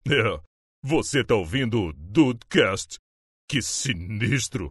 É, você tá ouvindo o Dudecast? Que sinistro!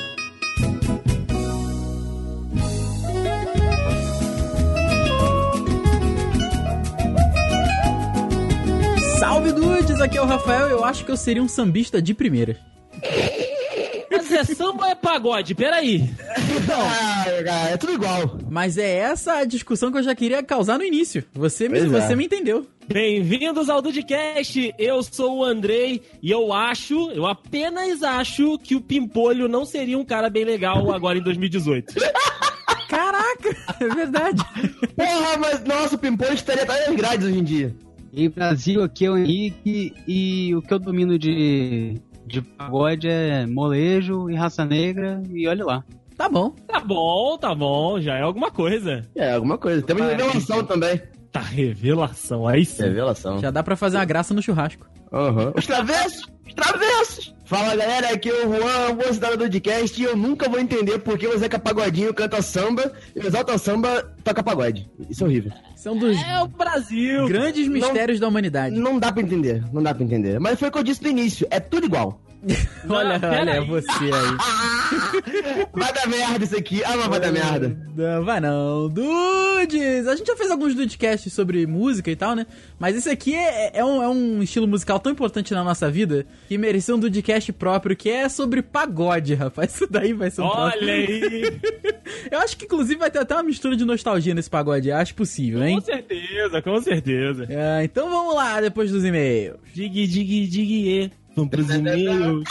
Salve dudes, aqui é o Rafael. Eu acho que eu seria um sambista de primeira. Mas é samba ou é pagode? Peraí. É tudo igual. Mas é essa a discussão que eu já queria causar no início. Você me entendeu. Bem-vindos ao Dudecast, eu sou o Andrei e eu apenas acho que o Pimpolho não seria um cara bem legal agora em 2018. Caraca, é verdade. Porra, mas nossa, o Pimpolho estaria atrás das grades hoje em dia. E Brasil, aqui é o Henrique e o que eu domino de pagode é molejo e raça negra e olha lá. Tá bom, já é alguma coisa. É, alguma coisa. Temos revelação também. Tá, revelação, aí sim. Revelação. já dá pra fazer uma graça no churrasco. Uhum. Os travessos! Fala galera, aqui é o Juan, vou citar do Dudecast e eu nunca vou entender por que o Zeca Pagodinho canta samba e o Exalta Samba toca pagode. Isso é horrível. São dos É o Brasil. grandes mistérios da humanidade. Não dá pra entender, Mas foi o que eu disse no início, é tudo igual. Olha peraí. você aí. Vai dar merda isso aqui, mas vai dar merda. Não, vai não. Dudes! A gente já fez alguns Dudecasts sobre música e tal, né? Mas esse aqui é um estilo musical tão importante na nossa vida que mereceu um Dudecast próprio, que é sobre pagode, rapaz. Isso daí vai ser um próximo. Olha aí. Eu acho que inclusive vai ter até uma mistura de nostalgia nesse pagode. Acho possível, hein? Com certeza. Então vamos lá, depois dos e-mails. Dig, vamos pros e-mails.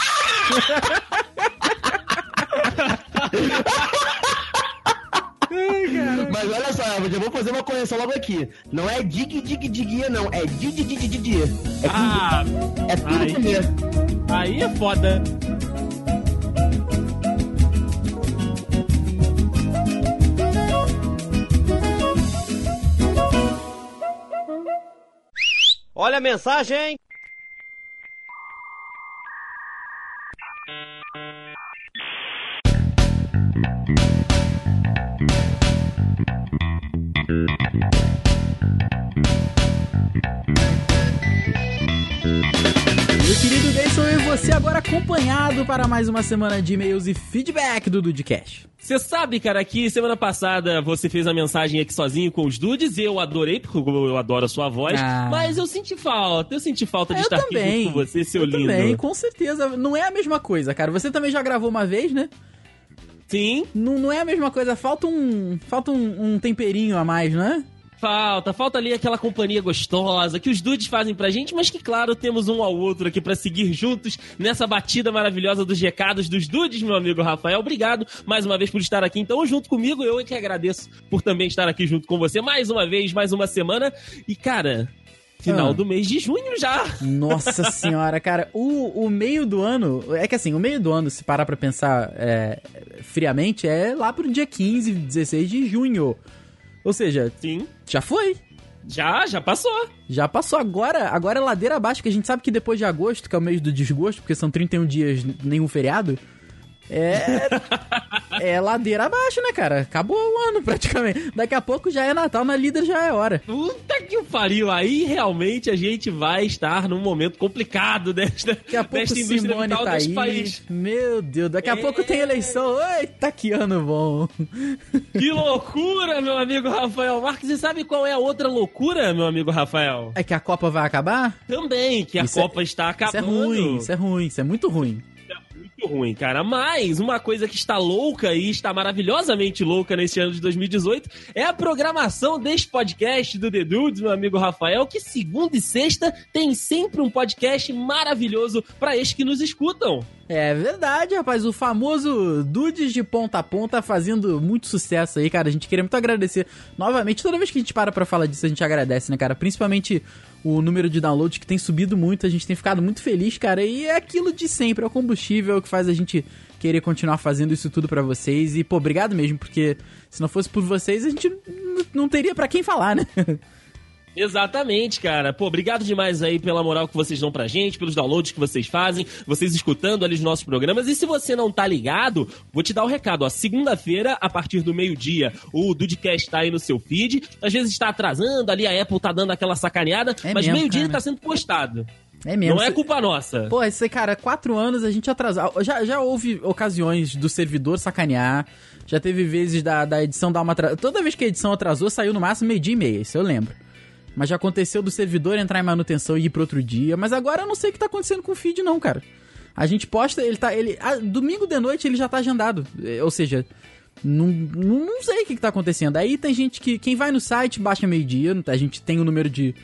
Mas olha só, eu já vou fazer uma correção logo aqui. Não é diguia, não. É didia. É tudo comer. Aí é foda. Olha a mensagem! Meu querido Gay, sou eu e você agora acompanhado para mais uma semana de e-mails e feedback do Dudecast. Você sabe, cara, que semana passada você fez a mensagem aqui sozinho com os dudes e eu adorei, porque eu adoro a sua voz, mas eu senti falta de estar aqui junto com você, seu lindo. Também, com certeza. Não é a mesma coisa, cara. Você também já gravou uma vez, né? Sim. Não é a mesma coisa, falta um temperinho a mais, não é? Falta ali aquela companhia gostosa que os dudes fazem pra gente, mas que, claro, temos um ao outro aqui pra seguir juntos nessa batida maravilhosa dos recados dos dudes, meu amigo Rafael. Obrigado mais uma vez por estar aqui, então, junto comigo. Eu é que agradeço por também estar aqui junto com você mais uma vez, mais uma semana. E, cara, final do mês de junho já. Nossa senhora, cara, o meio do ano, é que assim, o meio do ano, se parar pra pensar friamente, é lá pro dia 15, 16 de junho. Ou seja, sim, já foi. Já passou. Já passou. Agora é ladeira abaixo, que a gente sabe que depois de agosto, que é o mês do desgosto, porque são 31 dias, nenhum feriado, é ladeira abaixo, né, cara? Acabou o ano, praticamente. Daqui a pouco já é Natal, na líder já é hora. Puta que pariu. Aí, realmente, a gente vai estar num momento complicado desta indústria Simone vital tá desse aí. país. Meu Deus, daqui a pouco tem eleição. Eita, que ano bom. Que loucura, meu amigo Rafael Marques. E sabe qual é a outra loucura, meu amigo Rafael? É que a Copa vai acabar? Também, que a Copa está acabando. Isso é ruim, isso é muito ruim. Ruim, cara, mas uma coisa que está louca e está maravilhosamente louca nesse ano de 2018 é a programação deste podcast do The Dudes, meu amigo Rafael, que segunda e sexta tem sempre um podcast maravilhoso para estes que nos escutam. É verdade, rapaz, o famoso Dudes de ponta a ponta fazendo muito sucesso aí, cara. A gente queria muito agradecer novamente. Toda vez que a gente para pra falar disso, a gente agradece, né, cara? Principalmente o número de downloads que tem subido muito, a gente tem ficado muito feliz, cara. E é aquilo de sempre, é o combustível que faz a gente querer continuar fazendo isso tudo pra vocês. E, pô, obrigado mesmo, porque se não fosse por vocês, a gente não teria pra quem falar, né? Exatamente, cara. Pô, obrigado demais aí pela moral que vocês dão pra gente, pelos downloads que vocês fazem, vocês escutando ali os nossos programas. E se você não tá ligado, vou te dar o recado, ó. Segunda-feira, a partir do meio-dia, o Dudecast tá aí no seu feed. Às vezes tá atrasando, ali a Apple tá dando aquela sacaneada, mas meio-dia ele tá sendo postado. É mesmo. Não é culpa nossa. Pô, isso aí, cara, 4 anos a gente atrasou. Já houve ocasiões do servidor sacanear. Já teve vezes da edição dar uma atrasada. Toda vez que a edição atrasou, saiu no máximo 12:30, isso eu lembro. Mas já aconteceu do servidor entrar em manutenção e ir pro outro dia. Mas agora eu não sei o que tá acontecendo com o feed, não, cara. A gente posta, domingo de noite ele já tá agendado. Ou seja, não sei o que tá acontecendo. Aí tem gente que, quem vai no site, baixa meio-dia. A gente tem o número de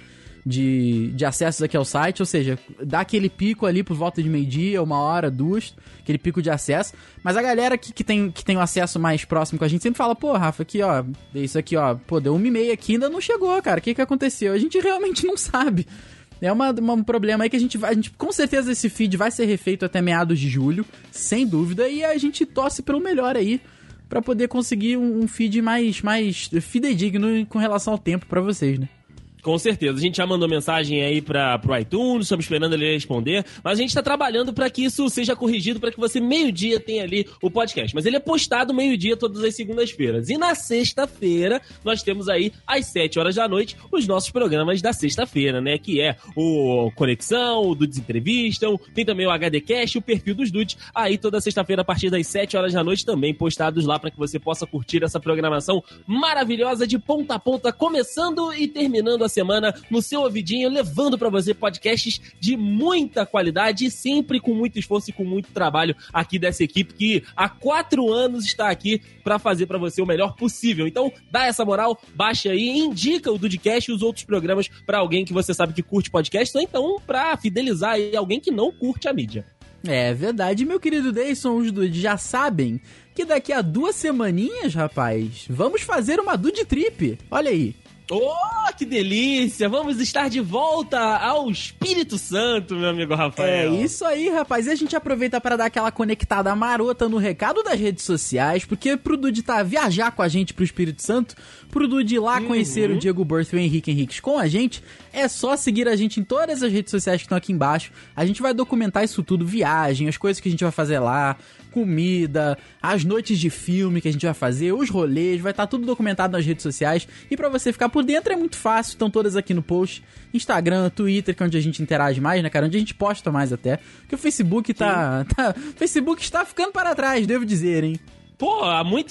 acessos aqui ao site, ou seja, dá aquele pico ali por volta de meio-dia, 1h, 2, aquele pico de acesso. Mas a galera que tem o acesso mais próximo com a gente sempre fala, pô, Rafa, aqui ó, isso aqui ó, pô, deu 1h30 aqui, ainda não chegou, cara, o que aconteceu? A gente realmente não sabe. É um problema aí que a gente com certeza esse feed vai ser refeito até meados de julho, sem dúvida, e a gente torce pelo melhor aí, pra poder conseguir um feed mais fidedigno com relação ao tempo pra vocês, né? Com certeza. A gente já mandou mensagem aí pro iTunes, estamos esperando ele responder, mas a gente tá trabalhando pra que isso seja corrigido, pra que você meio-dia tenha ali o podcast. Mas ele é postado meio-dia todas as segundas-feiras. E na sexta-feira, nós temos aí, às 7 horas da noite, os nossos programas da sexta-feira, né? Que é o Conexão, o Dudes Entrevistam, tem também o HDcast, o perfil dos Dudes. Aí toda sexta-feira, a partir das 7 horas da noite, também postados lá pra que você possa curtir essa programação maravilhosa de ponta a ponta, começando e terminando a semana no seu ouvidinho, levando pra você podcasts de muita qualidade e sempre com muito esforço e com muito trabalho aqui dessa equipe que há 4 anos está aqui pra fazer pra você o melhor possível. Então, dá essa moral, baixa aí, indica o Dudecast e os outros programas pra alguém que você sabe que curte podcast, ou então pra fidelizar aí alguém que não curte a mídia. É verdade, meu querido Deison, os Dudes já sabem que daqui a 2 semaninhas, rapaz, vamos fazer uma Dude Trip. Olha aí. Oh, que delícia! Vamos estar de volta ao Espírito Santo, meu amigo Rafael. É isso aí, rapaz. E a gente aproveita para dar aquela conectada marota no recado das redes sociais, porque pro Dude viajar com a gente pro Espírito Santo, pro Dude ir lá conhecer o Diego Berto e o Henrique Henriques com a gente, é só seguir a gente em todas as redes sociais que estão aqui embaixo. A gente vai documentar isso tudo, viagem, as coisas que a gente vai fazer lá, comida, as noites de filme que a gente vai fazer, os rolês, vai estar tudo documentado nas redes sociais. E pra você ficar por dentro é muito fácil, estão todas aqui no post. Instagram, Twitter, que é onde a gente interage mais, né, cara? Onde a gente posta mais até. Porque o Facebook Facebook está ficando para trás, devo dizer, hein? Pô, há muito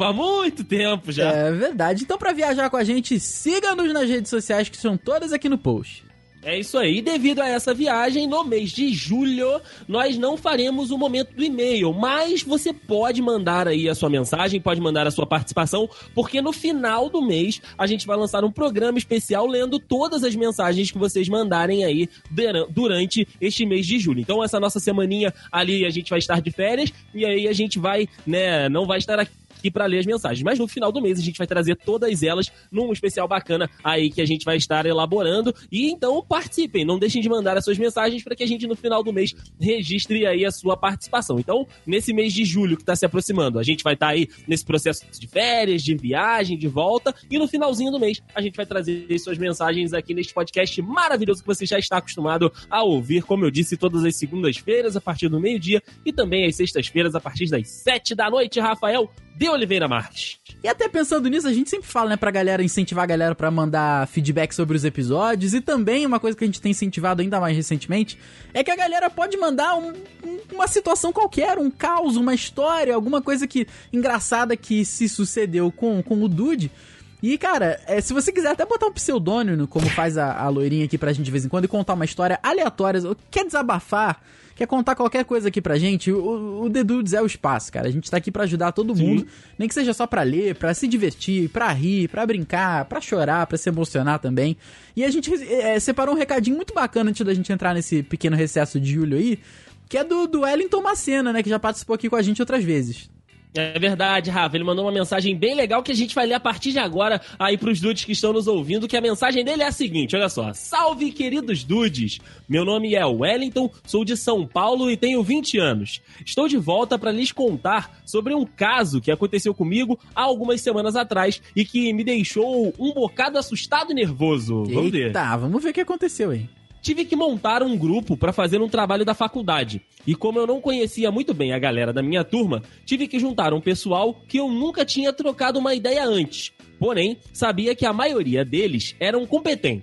tempo já. É verdade. Então, pra viajar com a gente, siga-nos nas redes sociais, que são todas aqui no post. É isso aí. E devido a essa viagem, no mês de julho, nós não faremos o momento do e-mail, mas você pode mandar aí a sua mensagem, pode mandar a sua participação, porque no final do mês a gente vai lançar um programa especial lendo todas as mensagens que vocês mandarem aí durante este mês de julho. Então essa nossa semaninha ali a gente vai estar de férias e aí a gente vai, né, não vai estar aqui para ler as mensagens, mas no final do mês a gente vai trazer todas elas num especial bacana aí que a gente vai estar elaborando. E então participem, não deixem de mandar as suas mensagens para que a gente no final do mês registre aí a sua participação. Então, nesse mês de julho que está se aproximando, a gente vai estar aí nesse processo de férias, de viagem, de volta, e no finalzinho do mês a gente vai trazer suas mensagens aqui neste podcast maravilhoso que você já está acostumado a ouvir, como eu disse, todas as segundas-feiras a partir do meio-dia e também às sextas-feiras a partir das 7 da noite, Rafael de Oliveira Marques. E até pensando nisso, a gente sempre fala, né, pra galera, incentivar a galera pra mandar feedback sobre os episódios, e também uma coisa que a gente tem incentivado ainda mais recentemente, é que a galera pode mandar uma situação qualquer, um caos, uma história, alguma coisa engraçada que se sucedeu com o Dude. E, cara, se você quiser até botar um pseudônimo, como faz a loirinha aqui pra gente de vez em quando, e contar uma história aleatória, quer desabafar, quer contar qualquer coisa aqui pra gente, o The Dudes é o espaço, cara. A gente tá aqui pra ajudar todo mundo, nem que seja só pra ler, pra se divertir, pra rir, pra brincar, pra chorar, pra se emocionar também. E a gente separou um recadinho muito bacana antes da gente entrar nesse pequeno recesso de julho aí, que é do Wellington Macena, né, que já participou aqui com a gente outras vezes. É verdade, Rafa, ele mandou uma mensagem bem legal que a gente vai ler a partir de agora aí pros dudes que estão nos ouvindo, que a mensagem dele é a seguinte, olha só: salve, queridos dudes, meu nome é Wellington, sou de São Paulo e tenho 20 anos. Estou de volta para lhes contar sobre um caso que aconteceu comigo há algumas semanas atrás e que me deixou um bocado assustado e nervoso. Vamos ver. Eita, vamos ver o que aconteceu aí. Tive que montar um grupo para fazer um trabalho da faculdade. E como eu não conhecia muito bem a galera da minha turma, tive que juntar um pessoal que eu nunca tinha trocado uma ideia antes. Porém, sabia que a maioria deles eram competentes.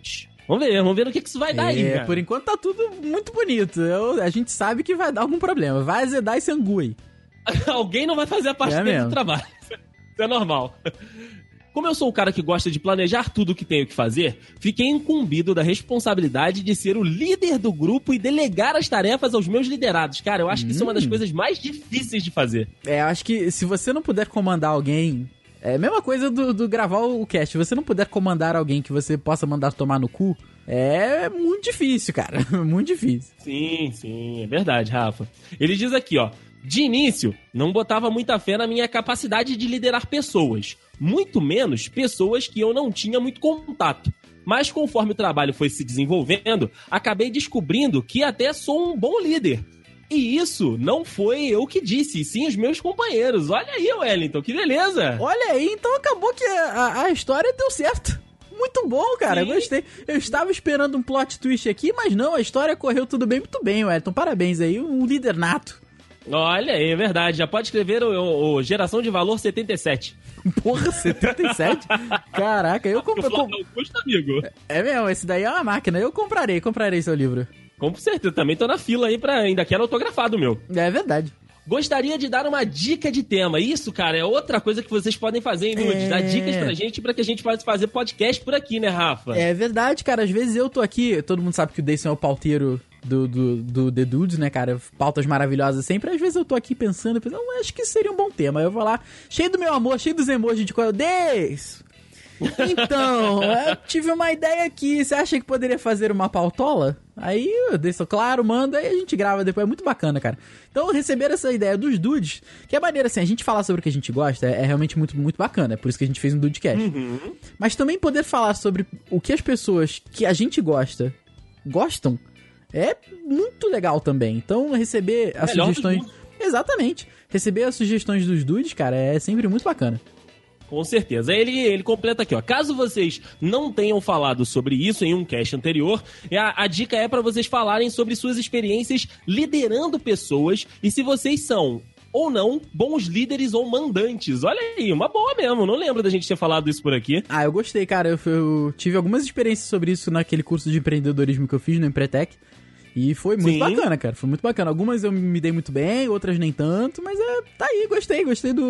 Vamos ver no que isso vai dar aí, cara. Por enquanto tá tudo muito bonito. A gente sabe que vai dar algum problema. Vai azedar esse angu aí. Alguém não vai fazer a parte dele do trabalho. Isso é normal. Como eu sou o cara que gosta de planejar tudo o que tenho que fazer, fiquei incumbido da responsabilidade de ser o líder do grupo e delegar as tarefas aos meus liderados. Cara, eu acho que isso é uma das coisas mais difíceis de fazer. Eu acho que se você não puder comandar alguém... É a mesma coisa do gravar o cast. Se você não puder comandar alguém que você possa mandar tomar no cu, é muito difícil, cara. Muito difícil. Sim, é verdade, Rafa. Ele diz aqui, ó. De início, não botava muita fé na minha capacidade de liderar pessoas. Muito menos pessoas que eu não tinha muito contato. Mas conforme o trabalho foi se desenvolvendo, acabei descobrindo que até sou um bom líder. E isso não foi eu que disse, sim os meus companheiros. Olha aí, Wellington, que beleza. Olha aí, então acabou que a história deu certo. Muito bom, cara, Sim. Gostei. Eu estava esperando um plot twist aqui, mas não, a história correu tudo bem, muito bem, Wellington. Parabéns aí, um líder nato. Olha aí, é verdade. Já pode escrever o Geração de Valor 77. Porra, 77? Caraca, eu comprei. Não custa, amigo. É mesmo, esse daí é uma máquina. Eu comprarei seu livro. Com certeza, também tô na fila aí pra ainda quero autografado, meu. É verdade. Gostaria de dar uma dica de tema. Isso, cara, é outra coisa que vocês podem fazer, hein, Nudes? Dar dicas pra gente, pra que a gente possa fazer podcast por aqui, né, Rafa? É verdade, cara. Às vezes eu tô aqui, todo mundo sabe que o Deison é o pauteiro do The Dudes, né, cara? Pautas maravilhosas sempre. Às vezes eu tô aqui pensando, acho que seria um bom tema. Eu vou lá, cheio do meu amor, cheio dos emojis de coisa. Deis! Então, eu tive uma ideia aqui. Você acha que poderia fazer uma pautola? Aí eu deixo claro, manda e a gente grava depois. É muito bacana, cara. Então, receber essa ideia dos dudes, que é maneira assim, a gente falar sobre o que a gente gosta é realmente muito, muito bacana. É por isso que a gente fez um Dudecast. Mas também poder falar sobre o que as pessoas que a gente gostam, é muito legal também. Então, receber as sugestões... Exatamente. Receber as sugestões dos dudes, cara, é sempre muito bacana. Com certeza. Ele completa aqui, ó. Caso vocês não tenham falado sobre isso em um cast anterior, a dica é para vocês falarem sobre suas experiências liderando pessoas e se vocês são ou não bons líderes ou mandantes. Olha aí, uma boa mesmo. Não lembro da gente ter falado isso por aqui. Ah, eu gostei, cara. Eu tive algumas experiências sobre isso naquele curso de empreendedorismo que eu fiz no Empretec. E foi muito bacana, cara. Foi muito bacana. Algumas eu me dei muito bem, outras nem tanto, mas tá aí, gostei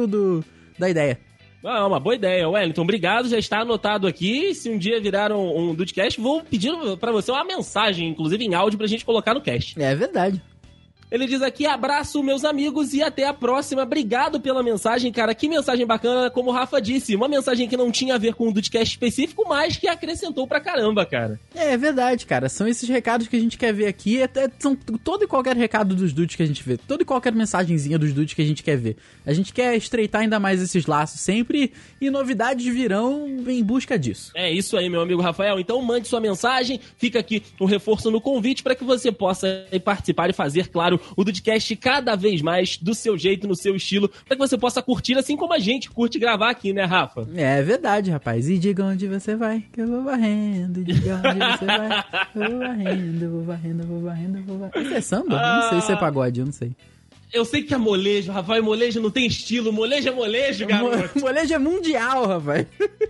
da ideia. Ah, uma boa ideia. Wellington, obrigado, já está anotado aqui. Se um dia virar um Dudecast, vou pedir pra você uma mensagem, inclusive em áudio, pra gente colocar no cast. É verdade. Ele diz aqui, abraço meus amigos e até a próxima. Obrigado pela mensagem, cara. Que mensagem bacana, como o Rafa disse. Uma mensagem que não tinha a ver com um Dudecast específico, mas que acrescentou pra caramba, cara. É verdade, cara. São esses recados que a gente quer ver aqui. São todo e qualquer recado dos dudes que a gente vê. Toda e qualquer mensagenzinha dos dudes que a gente quer ver. A gente quer estreitar ainda mais esses laços sempre e novidades virão em busca disso. É isso aí, meu amigo Rafael. Então mande sua mensagem. Fica aqui um reforço no convite para que você possa participar e fazer, claro, o Dudecast cada vez mais do seu jeito, no seu estilo, para que você possa curtir assim como a gente curte gravar aqui, né, Rafa? É verdade, rapaz. E diga onde você vai, que eu vou varrendo. Diga onde você vai, eu vou varrendo, vou varrendo, vou varrendo, vou varrendo. Isso é samba? Não sei se é pagode, eu não sei. Eu sei que é molejo, Rafael. Molejo não tem estilo. Molejo é molejo, garoto. Molejo é mundial, rapaz.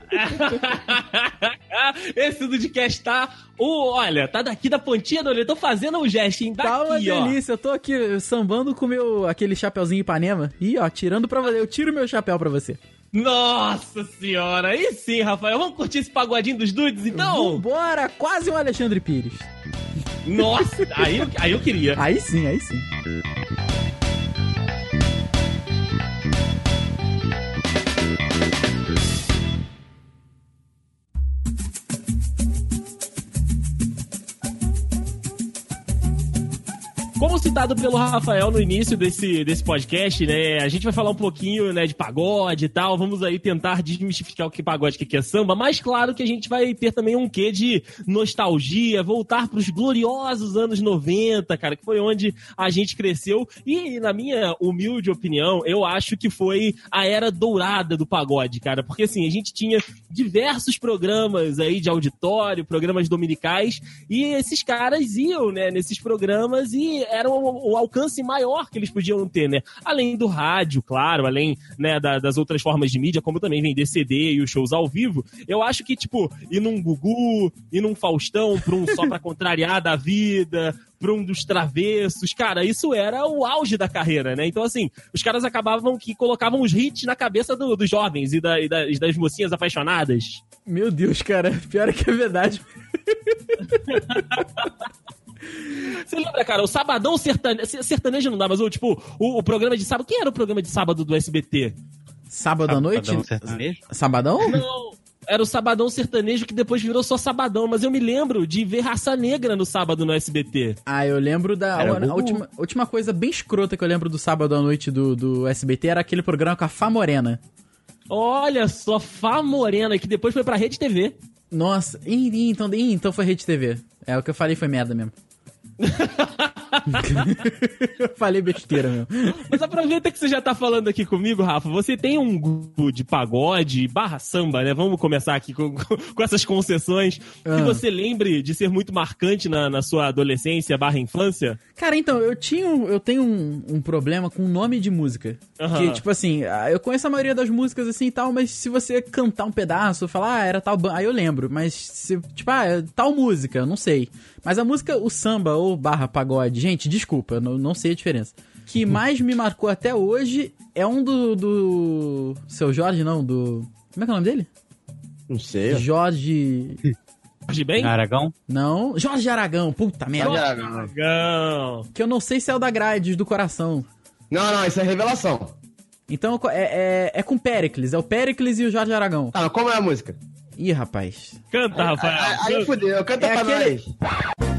Esse Dudecast tá... olha, tá daqui da pontinha do olho. Eu tô fazendo um gesto, hein? Daqui, tá uma delícia. Ó. Eu tô aqui sambando com aquele chapeuzinho Ipanema. E, ó, tirando pra você. Eu tiro meu chapéu pra você. Nossa senhora. Aí sim, Rafael. Vamos curtir esse pagodinho dos dudes, então? Vambora. Quase um Alexandre Pires. Nossa. aí eu queria. Aí sim, aí sim. Como citado pelo Rafael no início desse podcast, né, a gente vai falar um pouquinho, né, de pagode e tal, vamos aí tentar desmistificar o que é pagode, o que é samba, mas claro que a gente vai ter também um quê de nostalgia, voltar pros gloriosos anos 90, cara, que foi onde a gente cresceu e, na minha humilde opinião, eu acho que foi a era dourada do pagode, cara, porque assim, a gente tinha diversos programas aí de auditório, programas dominicais, e esses caras iam, né, nesses programas e era o alcance maior que eles podiam ter, né? Além do rádio, claro, além, né, das outras formas de mídia, como também vender CD e os shows ao vivo. Eu acho que, tipo, ir num Gugu, ir num Faustão, pra um Só Pra Contrariar da Vida, pra um dos Travessos, cara, isso era o auge da carreira, né? Então, assim, os caras acabavam que colocavam os hits na cabeça dos jovens e das mocinhas apaixonadas. Meu Deus, cara, pior é que é verdade. Você lembra, cara, o Sabadão sertanejo não dá, mas o programa de sábado, quem era o programa de sábado do SBT? Sábado à noite? Sertanejo? Sabadão? Não, era o Sabadão Sertanejo que depois virou só Sabadão, mas eu me lembro de ver Raça Negra no sábado no SBT. Ah, eu lembro da Era última coisa bem escrota que eu lembro do sábado à noite do SBT era aquele programa com a Fá Morena. Olha só, Fá Morena, que depois foi pra Rede TV. Nossa, então foi Rede TV. É, o que eu falei foi merda mesmo. Eu falei besteira, meu. Mas aproveita que você já tá falando aqui comigo, Rafa. Você tem um grupo de pagode / samba, né? Vamos começar aqui com essas concessões. Que você lembre de ser muito marcante na sua adolescência / infância? Cara, então, eu tenho um problema com o nome de música. Que, tipo assim, eu conheço a maioria das músicas assim e tal, mas se você cantar um pedaço, falar, era tal banda, aí eu lembro. Mas, tipo, tal música, eu não sei. Mas a música, o samba ou / pagode, gente, desculpa, eu não sei a diferença. Que mais me marcou até hoje é um do Seu Jorge, não, do... Como é que é o nome dele? Não sei. Jorge... Jorge Ben? Aragão? Não, Jorge Aragão, puta merda. Aragão. Que eu não sei se é o da Grades do Coração. Não, isso é revelação. Então é com Péricles, é o Péricles e o Jorge Aragão. Tá, mas como é a música? Ih, rapaz. Canta, Rafael. Aí fudeu, canta pra aquele... nós.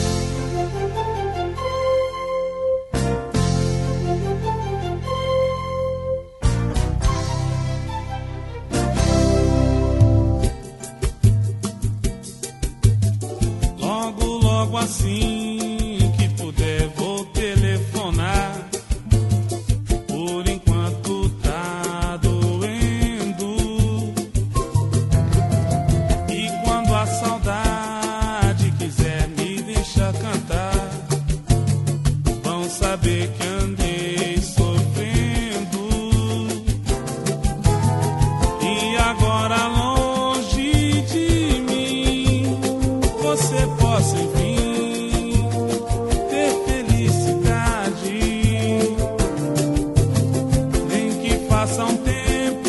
Logo assim que puder vou telefonar. Por enquanto tá doendo. E quando a saudade quiser me deixar cantar, vão saber que andei sofrendo. E agora longe de mim você possa enfim ter felicidade, nem que faça um tempo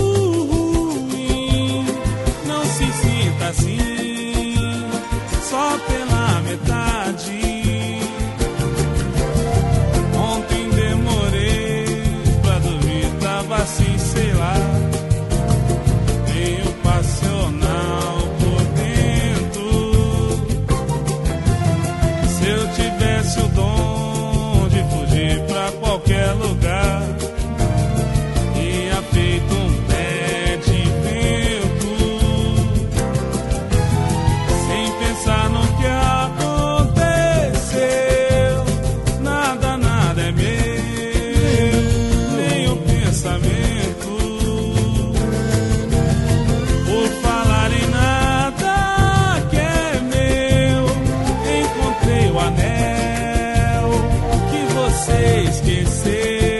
ruim, não se sinta assim, só pela metade. Ontem demorei pra dormir, tava assim, sei lá, meio passional por dentro. Se eu tivesse o dom de fugir pra qualquer lugar, ia feito um pé de vento, sem pensar no que aconteceu. Nada é meu, nem o pensamento. Por falar em nada que é meu, encontrei o anel que você esqueceu.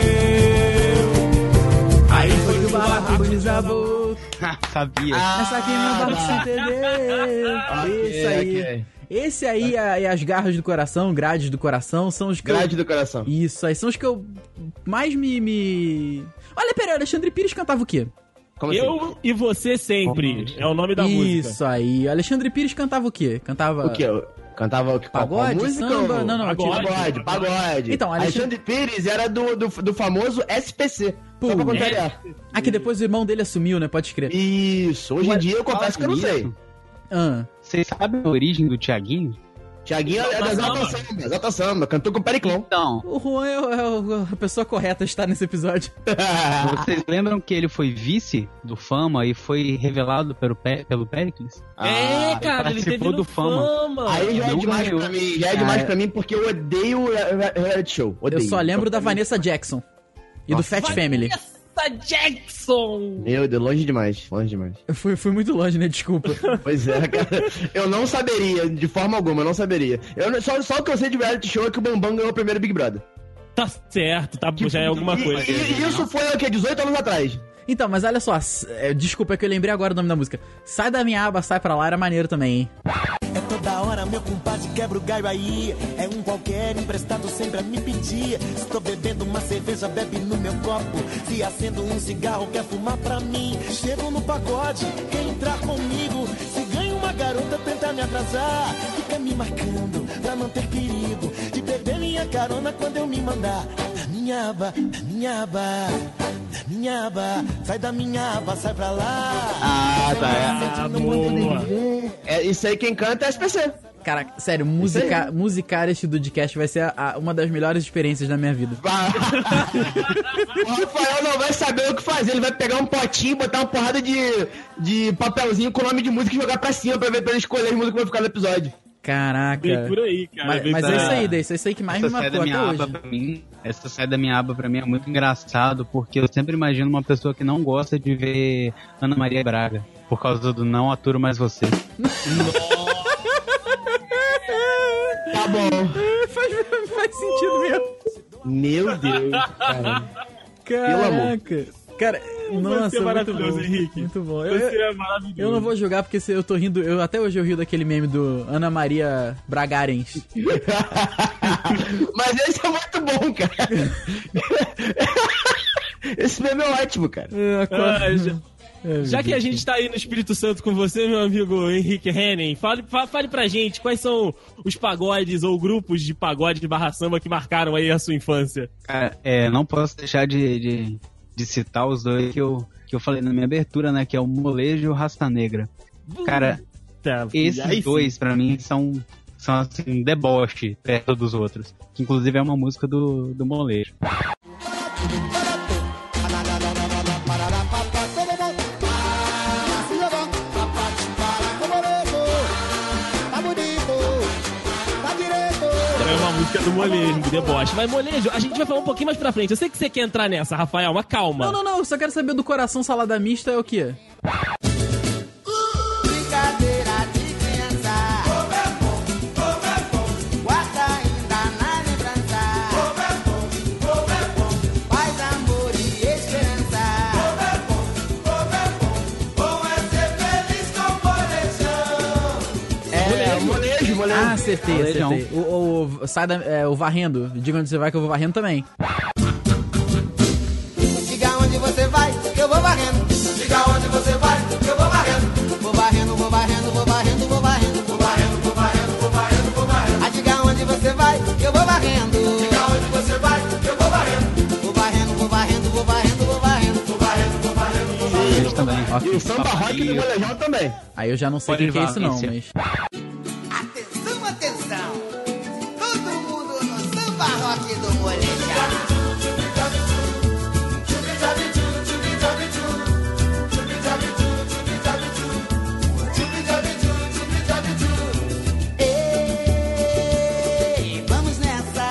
Aí foi que o barraco desabou. Sabia. Essa aqui não dá pra se entender. Isso aí. Ok. Esse aí e as garras do coração, grades do coração, são os que Grade do coração. Isso aí, são os que eu mais me... Olha, peraí, Alexandre Pires cantava o quê? Como assim? Eu e você sempre. É o nome da música. Isso aí. Alexandre Pires cantava o quê? Cantava... O quê? Cantava o que? Pagode, música? samba? Ou... Não, Pagode. Então, Alexandre Pires era do famoso SPC. Pô, Só pra contrariar. Ah, que depois o irmão dele assumiu, né? Pode escrever. Isso. Hoje em dia eu confesso que eu não sei. Vocês sabem a origem do Thiaguinho? Tiaguinho é da Exalta Samba. Cantou com o Periclão. Então, O Juan é a pessoa correta a estar nesse episódio. vocês lembram que ele foi vice do Fama e foi revelado pelo Péricles? Cara, ele teve participou no do Fama. Aí já é Não demais ganhou. pra mim. Já é demais pra mim porque eu odeio reality show. Eu Odeio. só lembro da Vanessa Jackson e do Fat Family. Jackson! Meu Deus, longe demais, longe demais. Fui muito longe, né? Desculpa. Pois é, cara. Eu não saberia, de forma alguma, eu não saberia. Só o que eu sei de reality show é que o Bambam ganhou o primeiro Big Brother. Tá certo, tá, já é alguma coisa. E isso foi o quê? 18 anos atrás. Então, mas olha só, desculpa, é que eu lembrei agora o nome da música. Sai da minha aba, sai pra lá, era maneiro também, hein? É toda hora, meu compadre, quebra o galho aí. É um qualquer emprestado sempre a me pedir. Estou bebendo uma cerveja, bebe no meu copo. Se acendo um cigarro, quer fumar pra mim. Chego no pagode, quer entrar comigo. Se ganha uma garota, tenta me atrasar. Fica me marcando, pra não ter perigo de perder minha carona quando eu me mandar. Da minha aba, da minha aba, da minha aba. Sai da minha aba, sai pra lá. Ah, tá. Isso aí quem canta é SPC. Cara, sério, musicar este Dudcast vai ser uma das melhores experiências da minha vida. O Rafael não vai saber o que fazer. Ele vai pegar um potinho, botar uma porrada de papelzinho com o nome de música e jogar pra cima pra ele escolher as músicas que vão ficar no episódio. Caraca. Bem por aí, cara. Mas é isso aí, Deis. É isso aí que mais me marcou até hoje. Essa sai da minha aba pra mim é muito engraçado, porque eu sempre imagino uma pessoa que não gosta de ver Ana Maria Braga, por causa do Não Aturo Mais Você. Tá bom. Faz sentido mesmo. Meu Deus, cara. Caraca. Cara, nossa, é maravilhoso, muito bom, Henrique. Muito bom. Você é maravilhoso. Eu não vou julgar porque eu tô rindo. Até hoje eu rio daquele meme do Ana Maria Bragarens. Mas esse é muito bom, cara. Esse meme é ótimo, cara. Já que a gente tá aí no Espírito Santo com você, meu amigo Henrique Hennen, fale pra gente quais são os pagodes ou grupos de pagode de barra samba que marcaram aí a sua infância. Cara, não posso deixar de citar os dois que eu falei na minha abertura, né? Que é o Molejo e o Rasta Negra. Cara, esses dois pra mim são assim, um deboche perto dos outros. Que inclusive é uma música do Molejo. Música do Molejo, do deboche. Mas, Molejo, a gente vai falar um pouquinho mais pra frente. Eu sei que você quer entrar nessa, Rafael, mas calma. Não, eu só quero saber do coração salada mista é o quê? Brincadeira de criança. Como é bom, guarda ainda na lembrança. Como é bom, paz, amor e esperança. Como é bom é ser feliz com molejão. Molejo. Ah, acertei. O varrendo. Diga onde você vai que eu vou varrendo também. Diga onde você vai, que eu vou varrendo. Diga onde você vai, que eu vou varrendo. Vou varrendo, vou varrendo, vou varrendo, vou varrendo. Vou varrendo, vou varrendo, vou varrendo, vou varrendo. Ah, diga onde você vai, que eu vou varrendo. Diga onde você vai, que eu vou varrendo. Vou varrendo, vou varrendo, vou varrendo, vou varrendo. Vou varrendo, vou varrendo, vou varrendo. Eles também. E o samba rock do Molejão também. Aí eu já não sei o que é isso não, mas... Atenção, todo mundo no samba rock do Molejão. Ei, vamos nessa.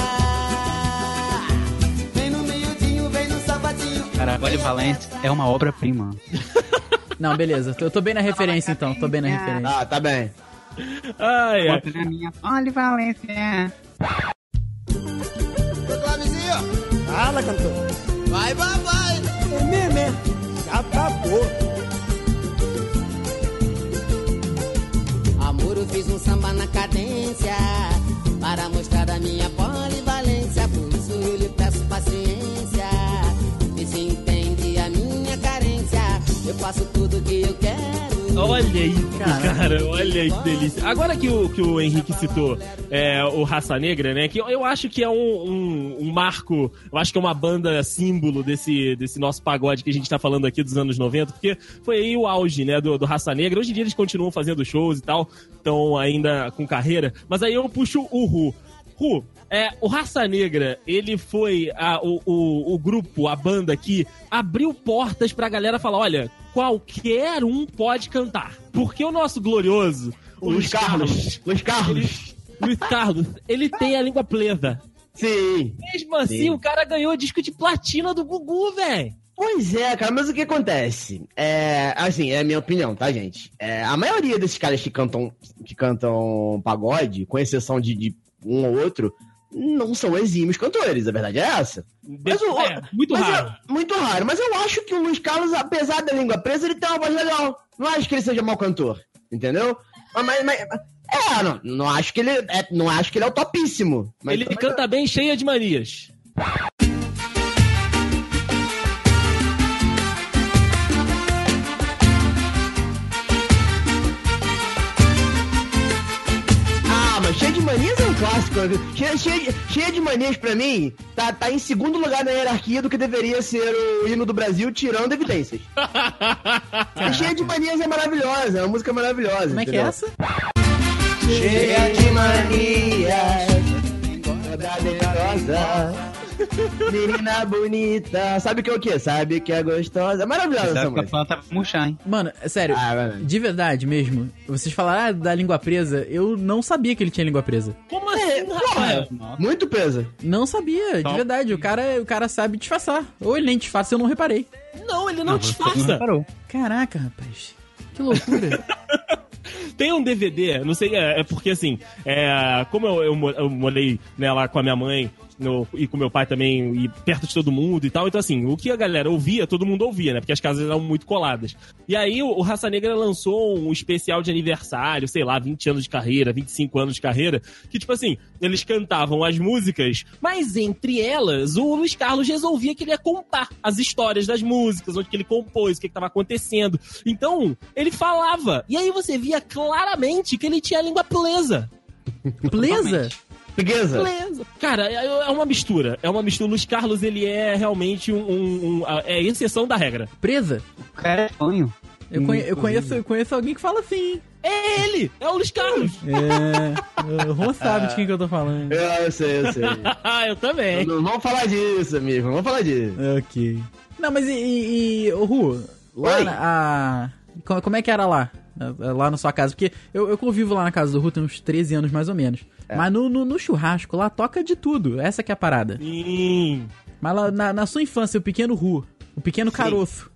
Vem no miudinho, vem no sabadinho. Cara, Olhe Valente é uma obra-prima. Não, beleza. Eu tô bem na referência então. Tô bem na referência. Ah, tá bem. Ai, ai. Olhe Valente. Ô, Clavizinho, Fala, cantor. vai. É mesmo. Já acabou. Amor, eu fiz um samba na cadência para mostrar a minha polivalência. Por isso eu lhe peço paciência. E se entende a minha carência, eu faço tudo que eu quero. Olha aí, cara, olha aí que delícia. Agora que o Henrique citou o Raça Negra, né? Que eu acho que é um marco, eu acho que é uma banda símbolo desse nosso pagode que a gente tá falando aqui dos anos 90, porque foi aí o auge, né, do Raça Negra. Hoje em dia eles continuam fazendo shows e tal, estão ainda com carreira, mas aí eu puxo o Ru. O Raça Negra, ele foi o grupo, a banda que abriu portas pra galera falar, olha, qualquer um pode cantar. Porque o nosso glorioso, Luiz Carlos, ele tem a língua presa. Sim. Mesmo assim, o cara ganhou disco de platina do Gugu, velho. Pois é, cara, mas o que acontece? Assim, é a minha opinião, tá, gente? A maioria desses caras que cantam pagode, com exceção de um ou outro, não são exímios cantores, a verdade é essa. Muito raro. Muito raro, mas eu acho que o Luiz Carlos, apesar da língua presa, ele tem uma voz legal. Não acho que ele seja mau cantor, entendeu? Não acho que ele é o topíssimo. Mas ele canta bem, cheia de manias. Mas Cheia de Manias é um clássico. Cheia de Manias, pra mim, tá em segundo lugar na hierarquia do que deveria ser o hino do Brasil, tirando Evidências. Cheia de Manias é maravilhosa, é uma música maravilhosa. Como é que é essa? Cheia de manias, toda decorosa, menina bonita. Sabe o que é o quê? Sabe que é gostosa. É maravilhosa essa música. A planta vai murchar, hein? Mano, sério, de verdade mesmo, vocês falaram da língua presa, eu não sabia que ele tinha língua presa. Como assim, Rafael? Muito presa. Não sabia, de verdade. O cara sabe disfarçar. Ou ele nem disfarça, eu não reparei. Não, ele não disfarça. Caraca, rapaz. Que loucura. Tem um DVD, não sei, porque assim, como eu morei, né, lá com a minha mãe e com meu pai também, e perto de todo mundo e tal, então assim, o que a galera ouvia, todo mundo ouvia, né, porque as casas eram muito coladas. E aí o Raça Negra lançou um especial de aniversário, sei lá, 20 anos de carreira, 25 anos de carreira, que tipo assim, eles cantavam as músicas, mas entre elas, o Luiz Carlos resolvia que ele ia contar as histórias das músicas, onde que ele compôs, o que estava acontecendo. Então, ele falava, e aí você via claramente que ele tinha a língua presa. Presa? Presa. Cara, é uma mistura. É uma mistura. Luiz Carlos, ele é realmente é exceção da regra. Presa? O cara é sonho. Eu conheço alguém que fala assim. É ele! É o Luiz Carlos! O Ron sabe de quem que eu tô falando. Eu sei. Eu também. Não vamos falar disso, amigo. Não vamos falar disso. Ok. Não, mas ô Ru, lá como é que era lá? Lá na sua casa? Porque eu convivo lá na casa do Ru tem uns 13 anos mais ou menos. Mas no churrasco lá toca de tudo. Essa que é a parada. Sim. Mas lá, na sua infância, o pequeno Ru, o pequeno caroço.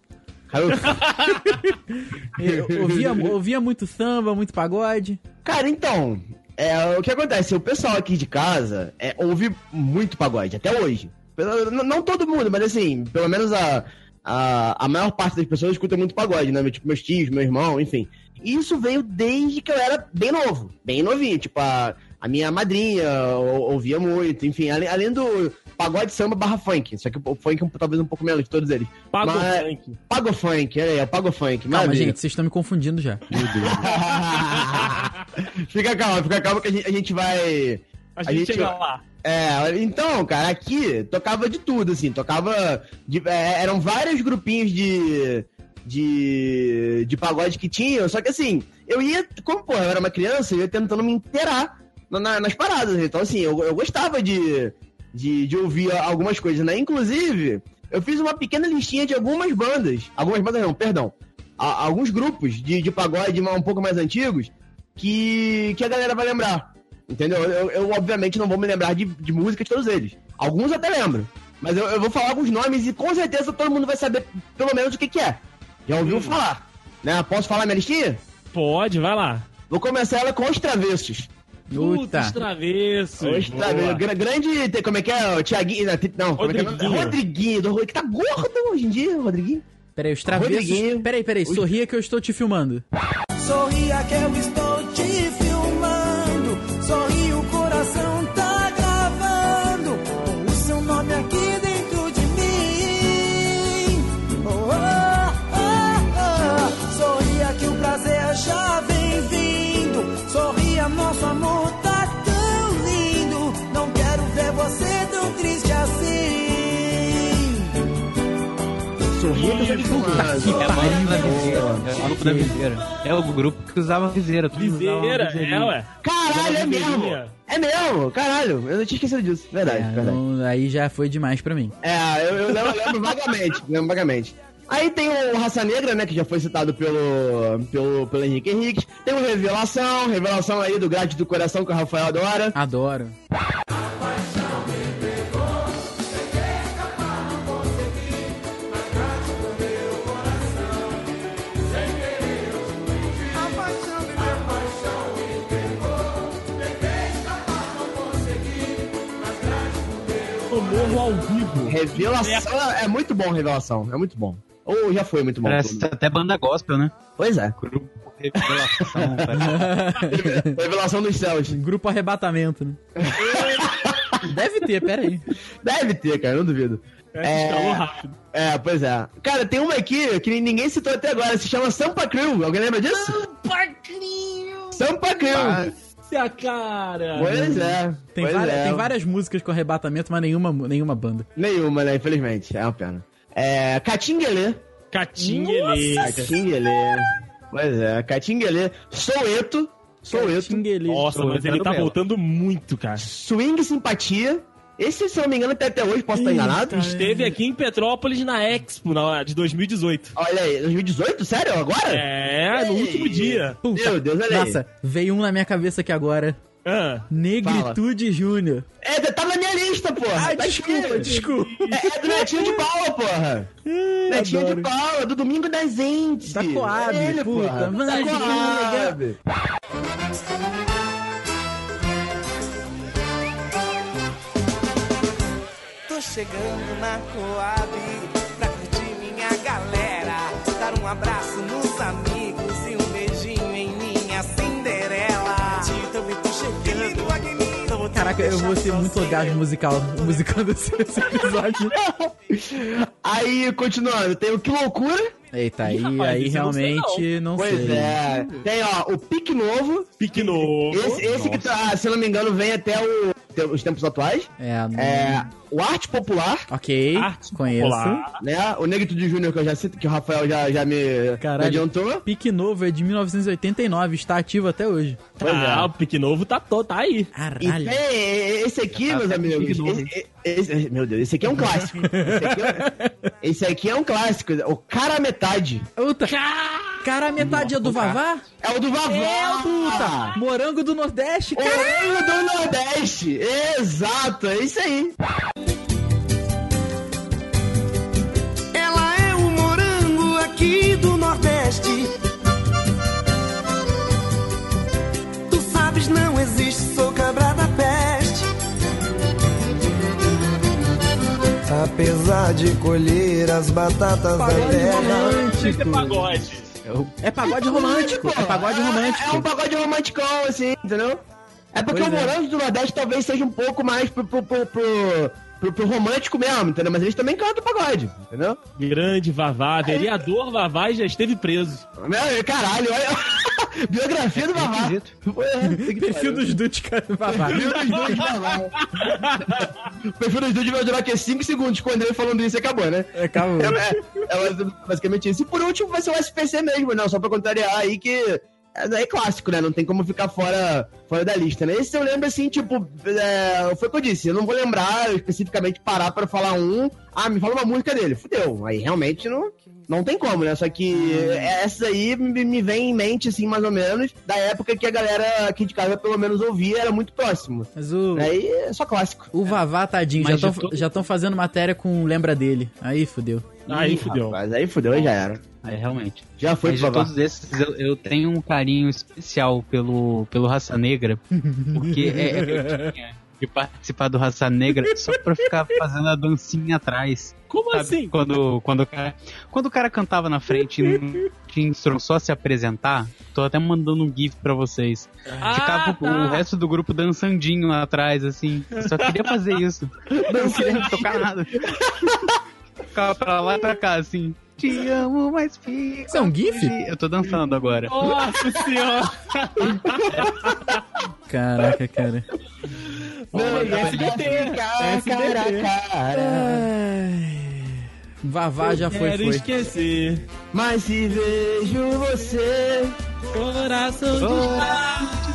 Ouvia muito samba, muito pagode. Cara, então, o que acontece? O pessoal aqui de casa ouve muito pagode, até hoje. Não todo mundo, mas assim, pelo menos a maior parte das pessoas escuta muito pagode, né? Tipo, meus tios, meu irmão, enfim. E isso veio desde que eu era bem novo, bem novinho. Tipo, a minha madrinha ouvia muito, enfim, além do pagode, samba barra funk. Só que o funk é talvez um pouco menos de todos eles. Funk. Pago funk, é o pago funk. Calma, maravilha. Gente, vocês estão me confundindo já. Meu Deus. Fica calma que a gente vai... A gente chega lá. Então, cara, aqui tocava de tudo, assim, eram vários grupinhos de pagode que tinham, só que assim, eu ia, como, eu era uma criança, eu ia tentando me inteirar nas paradas, então assim, eu gostava de ouvir algumas coisas, né, inclusive, eu fiz uma pequena listinha de alguns grupos de pagode um pouco mais antigos, que a galera vai lembrar. Entendeu? Eu obviamente não vou me lembrar de música de todos eles. Alguns até lembro. Mas eu vou falar alguns nomes e com certeza todo mundo vai saber pelo menos o que é. Já ouviu falar? Né? Posso falar minha listinha? Pode, vai lá. Vou começar ela com Os Travessos. Os Travessos. Os Travessos. Grande, como é que é? O Thiaguinho. Não, Rodriguinho. Que tá gordo hoje em dia, Rodriguinho. Peraí, Os Travessos. Peraí. Sorria que eu estou te filmando. Sorria que eu estou te filmando. Sorri, o coração tá gravando o seu nome aqui dentro de mim. Sorria que o prazer já vem vindo. Sorria, nosso amor tá tão lindo. Não quero ver você tão triste assim. Sorria que eu tô É o grupo que usava viseira. Viseira, ué. Caralho, é mesmo, caralho. Eu não tinha esquecido disso. Verdade. Então, aí já foi demais pra mim. Eu lembro vagamente. Aí tem o Raça Negra, né, que já foi citado pelo Henrique Henriques. Tem o Revelação aí do Grade do Coração, que o Rafael adora. Adoro. no Morro ao vivo. Revelação é muito bom, Revelação. É muito bom. Ou já foi muito bom. Parece até banda gospel, né? Pois é. Grupo Revelação. Revelação dos céus. Grupo Arrebatamento, né? Deve ter, pera aí. Deve ter, cara, não duvido. Escalou rápido. Pois é. Cara, tem uma aqui que ninguém citou até agora, se chama Sampa Crew. Alguém lembra disso? Sampa Crew. Nossa, cara. Pois é. Tem várias músicas com arrebatamento, mas nenhuma banda. Nenhuma, né? Infelizmente. É uma pena. Catinguelê. Catinguelê. Pois é, Catinguelê. Soueto. Nossa, mas ele tá voltando muito, cara. Swing Simpatia. Esse, se eu não me engano, até hoje, posso estar enganado. Esteve aqui em Petrópolis na Expo de 2018. Olha aí, 2018? Sério? Agora? No último dia. Puta, meu Deus, olha aí. Nossa, veio um na minha cabeça aqui agora. Negritude Júnior. Tá na minha lista, porra. Desculpa. É do Netinho de Paula, porra. Netinho de Paula, do Domingo das Entes. Da Coab, puta. Da Coab. Tô chegando na Coab pra curtir minha galera, dar um abraço nos amigos e um beijinho em minha Cinderela. Então eu tô chegando. Caraca, eu vou ser muito orgasmo musicando esse episódio. Aí, continuando, tem o Que Loucura. Eita, aí realmente não sei. Pois é. Tem, ó, o Pique Novo. Pique Novo. Esse que, se eu não me engano, vem até os tempos atuais. O Arte Popular. Ok, conheço. Popular, né? O Negritude Júnior, que eu já cito, que o Rafael já me adiantou. Pique Novo é de 1989, está ativo até hoje. O Pique Novo tá aí. Caralho. E esse aqui, meus amigos, meu Deus, esse aqui é um clássico. Esse aqui é um clássico. O Cara Metade. Puta. Cara Metade é do Vavá? É o do Vavá. Puta. Morango do Nordeste, cara. Morango do Nordeste. Exato, é isso aí. Ela é o morango aqui do Nordeste. Tu sabes, não existe, sou cabra da peste. Apesar de colher as batatas da terra. Isso é pagode. É pagode romântico. É pagode romântico. É um pagode romanticão, assim, entendeu? É porque o Morango do Nordeste talvez seja um pouco mais pro romântico mesmo, entendeu? Mas eles também cantam pagode, entendeu? Grande Vavá, vereador Vavá já esteve preso. Caralho, olha. Biografia do Vavá. Perfil dos Dudes, cara, do Vavá. Perfil dos Dudes vai durar aqui 5 segundos com o André falando isso e acabou, né? Acabou. É basicamente isso. E por último vai ser o SPC mesmo, não? Só pra contrariar aí que... É clássico, né? Não tem como ficar fora da lista, né? Esse eu lembro, assim, tipo... foi o que eu disse. Eu não vou lembrar especificamente parar pra falar me fala uma música dele. Fudeu. Aí realmente não tem como, né? Só que essa aí me vem em mente, assim, mais ou menos, da época que a galera aqui de casa, pelo menos, ouvia, era muito próximo. Mas aí é só clássico. O Vavá, tadinho, já estão fazendo matéria com Lembra Dele. Aí fudeu. Aí fudeu. Mas aí fudeu e já era. Aí realmente. Já foi de todos esses, eu tenho um carinho especial pelo Raça Negra, porque eu tinha de participar do Raça Negra só pra ficar fazendo a dancinha atrás. Como assim? Quando o cara cantava na frente e não tinha instrução, só se apresentar, tô até mandando um gif pra vocês. Ficava o resto do grupo dançandinho atrás, assim. Só queria fazer isso. Não queria tocar nada. Ficava pra lá e pra cá, assim. Te amo, mas fica. Isso é um gif? Eu tô dançando agora. Nossa senhora! Caraca, cara. SBT. Vavá já foi. Quero esquecer. Mas se vejo você, coração distante.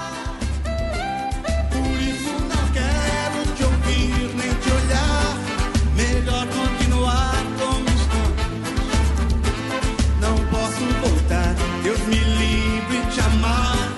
Por isso não quero te ouvir nem te olhar. Melhor continuar como estamos. Não posso voltar. Deus me livre de te amar.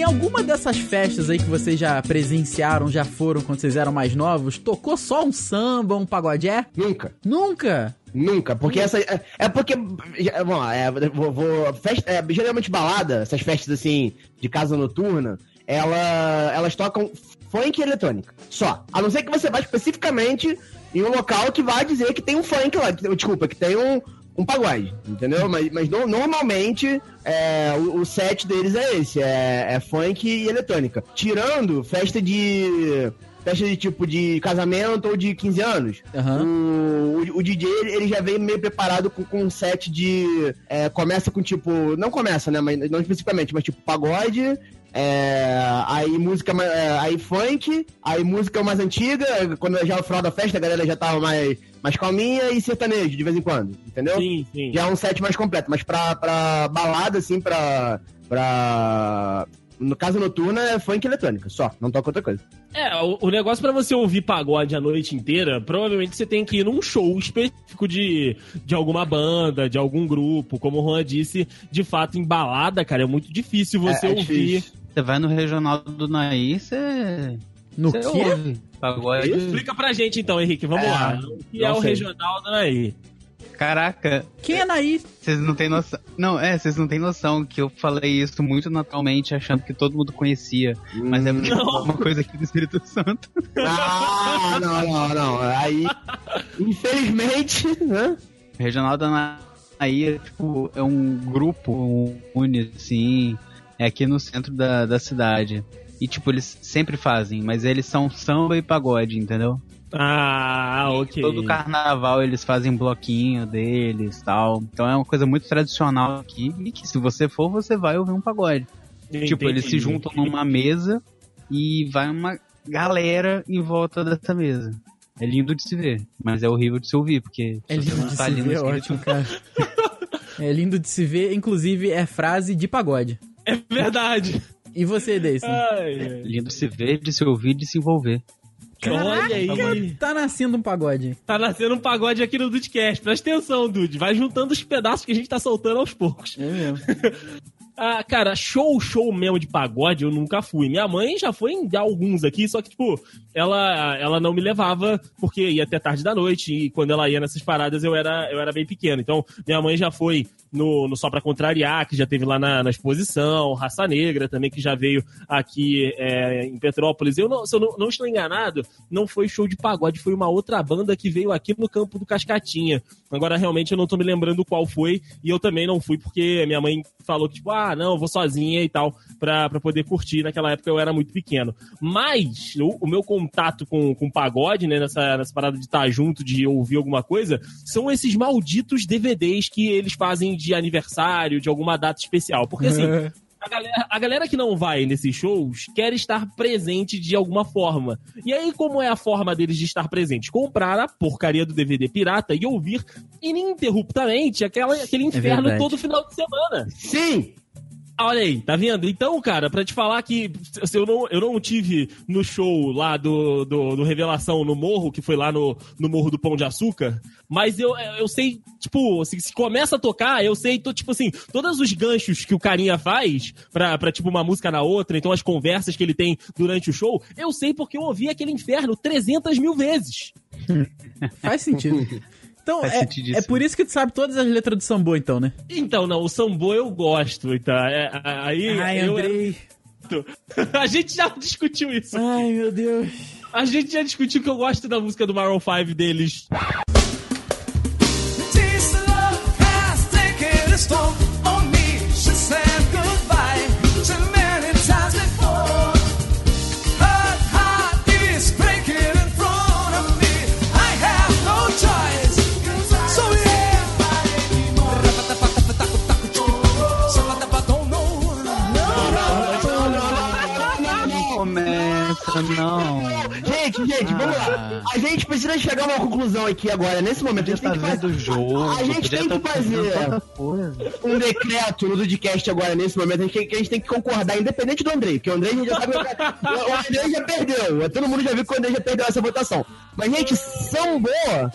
alguma dessas festas aí que vocês já presenciaram, já foram quando vocês eram mais novos, tocou só um samba, um pagodé? Nunca. Nunca? Nunca, porque essa. É porque. Vamos lá, geralmente balada, essas festas assim, de casa noturna, elas tocam funk e eletrônica. Só. A não ser que você vá especificamente em um local que vai dizer que tem um funk lá. Desculpa, que tem um pagode, entendeu? Mas normalmente o set deles é esse, é funk e eletrônica. Tirando festa de tipo de casamento ou de 15 anos. O DJ, ele já veio meio preparado com um set de... começa com tipo... Não começa, né? Mas, não especificamente, mas tipo pagode... aí música, aí funk, aí música mais antiga, quando já é o final da festa, a galera já tava mais calminha, e sertanejo, de vez em quando, entendeu? Sim. Já é um set mais completo, mas pra balada, assim, no caso noturna, é funk e eletrônica, só, não toca outra coisa. O negócio pra você ouvir pagode a noite inteira, provavelmente você tem que ir num show específico de alguma banda, de algum grupo, como o Juan disse, de fato, em balada, cara, é muito difícil você ouvir. Difícil. Você vai no Regional do Naí, você... No quê? Ouve pagode. Explica pra gente então, Henrique, vamos lá. O que é o Regional do Naí? Caraca. Quem é Naí? Vocês não têm noção. Não, vocês não têm noção que eu falei isso muito naturalmente, achando que todo mundo conhecia. Mas é porque é uma coisa aqui do Espírito Santo. Não. Aí, infelizmente, né? O Regional da Naí é um grupo assim, aqui no centro da cidade. E eles sempre fazem, mas eles são samba e pagode, entendeu? Ok. Todo carnaval eles fazem bloquinho deles e tal. Então é uma coisa muito tradicional aqui. E que se você for, você vai ouvir um pagode. Eles se juntam numa mesa e vai uma galera em volta dessa mesa. É lindo de se ver, mas é horrível de se ouvir, porque... É lindo de se ver, ótimo, cara. É lindo de se ver, inclusive é frase de pagode. É verdade. E você, Deison? Lindo de se ver, de se ouvir, de se envolver. Caraca, aí. Tá nascendo um pagode. Tá nascendo um pagode aqui no Dudecast. Presta atenção, Dude. Vai juntando os pedaços que a gente tá soltando aos poucos. É mesmo. Cara, show mesmo de pagode eu nunca fui. Minha mãe já foi em alguns aqui, só que, ela não me levava porque ia até tarde da noite e quando ela ia nessas paradas eu era bem pequeno. Então, minha mãe já foi no Só Pra Contrariar, que já teve lá na exposição, Raça Negra também, que já veio aqui em Petrópolis. Se eu não estou enganado, não foi show de pagode, foi uma outra banda que veio aqui no campo do Cascatinha. Agora, realmente, eu não tô me lembrando qual foi, e eu também não fui, porque minha mãe falou que, não, eu vou sozinha e tal, pra poder curtir. Naquela época eu era muito pequeno. Mas, o meu contato com pagode, né, nessa parada de estar junto, de ouvir alguma coisa, são esses malditos DVDs que eles fazem de aniversário, de alguma data especial. Porque, assim... A galera que não vai nesses shows quer estar presente de alguma forma. E aí, como é a forma deles de estar presente? Comprar a porcaria do DVD pirata e ouvir ininterruptamente aquele inferno todo final de semana. Sim! Olha aí, tá vendo? Então, cara, pra te falar que eu não tive no show lá do Revelação no Morro, que foi lá no Morro do Pão de Açúcar, mas eu sei, se começa a tocar, eu sei, todos os ganchos que o carinha faz pra uma música na outra, então as conversas que ele tem durante o show, eu sei porque eu ouvi aquele inferno 300 mil vezes. Faz sentido. Então, é por isso que tu sabe todas as letras do Sambô, então, né? Então, não, o Sambô eu gosto, então. Andrei. A gente já discutiu isso. Ai, meu Deus. A gente já discutiu que eu gosto da música do Maroon 5 deles. Não. Gente, vamos lá. A gente precisa chegar a uma conclusão aqui agora, nesse momento. A gente tem que fazer a gente tem que fazer um decreto no Dudecast agora, nesse momento, que a gente tem que concordar, independente do Andrei, porque o Andrei a gente já sabe. O Andrei já perdeu. Todo mundo já viu que o Andrei já perdeu essa votação. Mas, gente, Sambô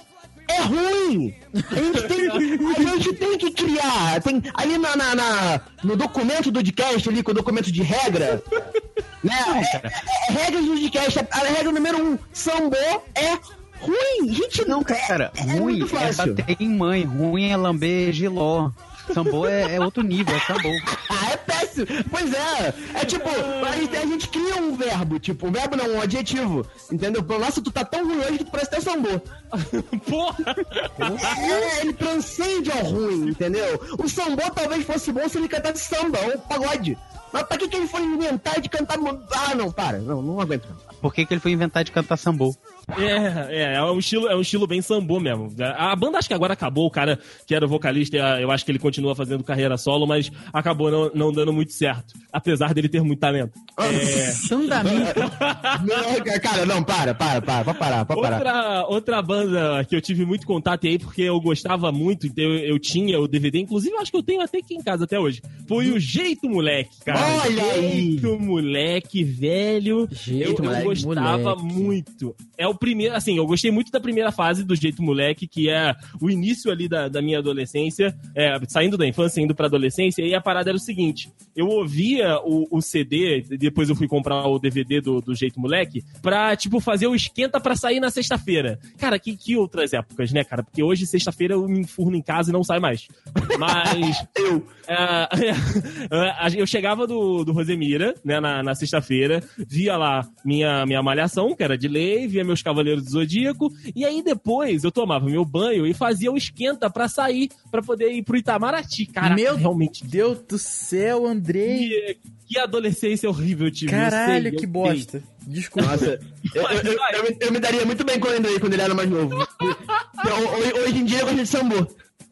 é ruim. A gente tem que criar. Tem, ali no documento do podcast, ali com o documento de regra, né? Regras do podcast, a regra número 1, sambô é ruim. Gente, não, cara, ruim é bater em mãe, ruim é lamber giló. Sambô é outro nível, é sambô. É péssimo. Pois é. É tipo, a gente cria um verbo, tipo, um verbo não, um adjetivo. Entendeu? Nossa, tu tá tão ruim hoje que tu parece até sambô. Porra! Ele transcende ao ruim, entendeu? O sambô talvez fosse bom se ele cantasse samba ou pagode. Mas pra que ele foi inventar de cantar... Ah, não, para. Não aguento. Por que ele foi inventar de cantar sambô? É um estilo bem sambô mesmo. A banda acho que agora acabou, o cara que era o vocalista, eu acho que ele continua fazendo carreira solo, mas acabou não dando muito certo, apesar dele ter muito talento. Sandamento. Cara, não, para, pode parar. Outra banda que eu tive muito contato aí, porque eu gostava muito, então eu tinha o DVD, inclusive eu acho que eu tenho até aqui em casa até hoje, foi o Jeito Moleque, cara. Olha aí! Jeito Moleque, velho. Eu gostava muito. É o primeiro, assim, eu gostei muito da primeira fase do Jeito Moleque, que é o início ali da minha adolescência, saindo da infância, indo pra adolescência, e a parada era o seguinte, eu ouvia o CD, depois eu fui comprar o DVD do Jeito Moleque, pra, tipo, fazer o esquenta pra sair na sexta-feira. Cara, que outras épocas, né, cara? Porque hoje, sexta-feira, eu me enfurno em casa e não saio mais. Mas... eu chegava do Rosemira, né, na sexta-feira, via lá minha malhação, que era de lei, via meus Cavaleiros do Zodíaco, e aí depois eu tomava meu banho e fazia o esquenta pra sair, pra poder ir pro Itamaraty. Cara, realmente. Deus do céu, Andrei. Que adolescência horrível eu tive. Caralho, que bosta. Desculpa. Nossa, eu me daria muito bem com o Andrei quando ele era mais novo. Hoje em dia eu gosto de sambô.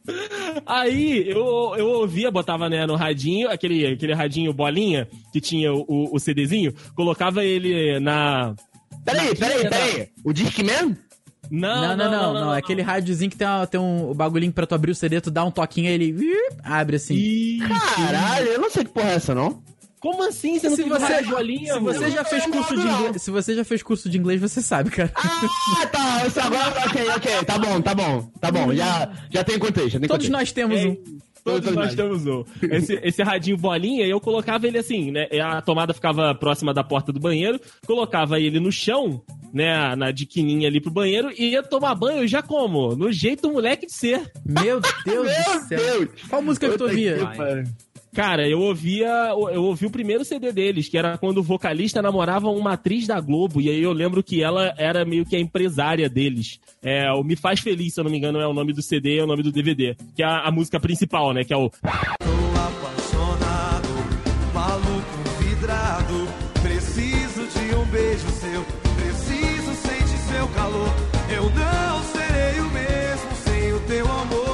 Aí eu ouvia, botava, né, no radinho, aquele radinho bolinha que tinha o CDzinho, colocava ele na... Peraí. O Discman? Não. É aquele rádiozinho que tem um bagulhinho pra tu abrir o CD, tu dá um toquinho e ele abre assim. Caralho, eu não sei que porra é essa, não. Como assim? Você não tem bolinha? Se você já fez curso de inglês, se você já fez curso de inglês, você sabe, cara. Ah, tá. Isso agora, ok. Tá bom. Já tem contexto. Todos nós temos um. Todos nós temos um. Esse radinho bolinha, eu colocava ele assim, né? A tomada ficava próxima da porta do banheiro, colocava ele no chão, né? De quininha ali pro banheiro, e ia tomar banho já como? No Jeito Moleque de ser. Meu Deus do céu. Qual música que tu ouvia? Cara, eu ouvi o primeiro CD deles, que era quando o vocalista namorava uma atriz da Globo, e aí eu lembro que ela era meio que a empresária deles. O Me Faz Feliz, se eu não me engano, é o nome do CD, é o nome do DVD, que é a música principal, né, que é o... Tô apaixonado, maluco, vidrado, preciso de um beijo seu, preciso sentir seu calor, eu não serei o mesmo sem o teu amor.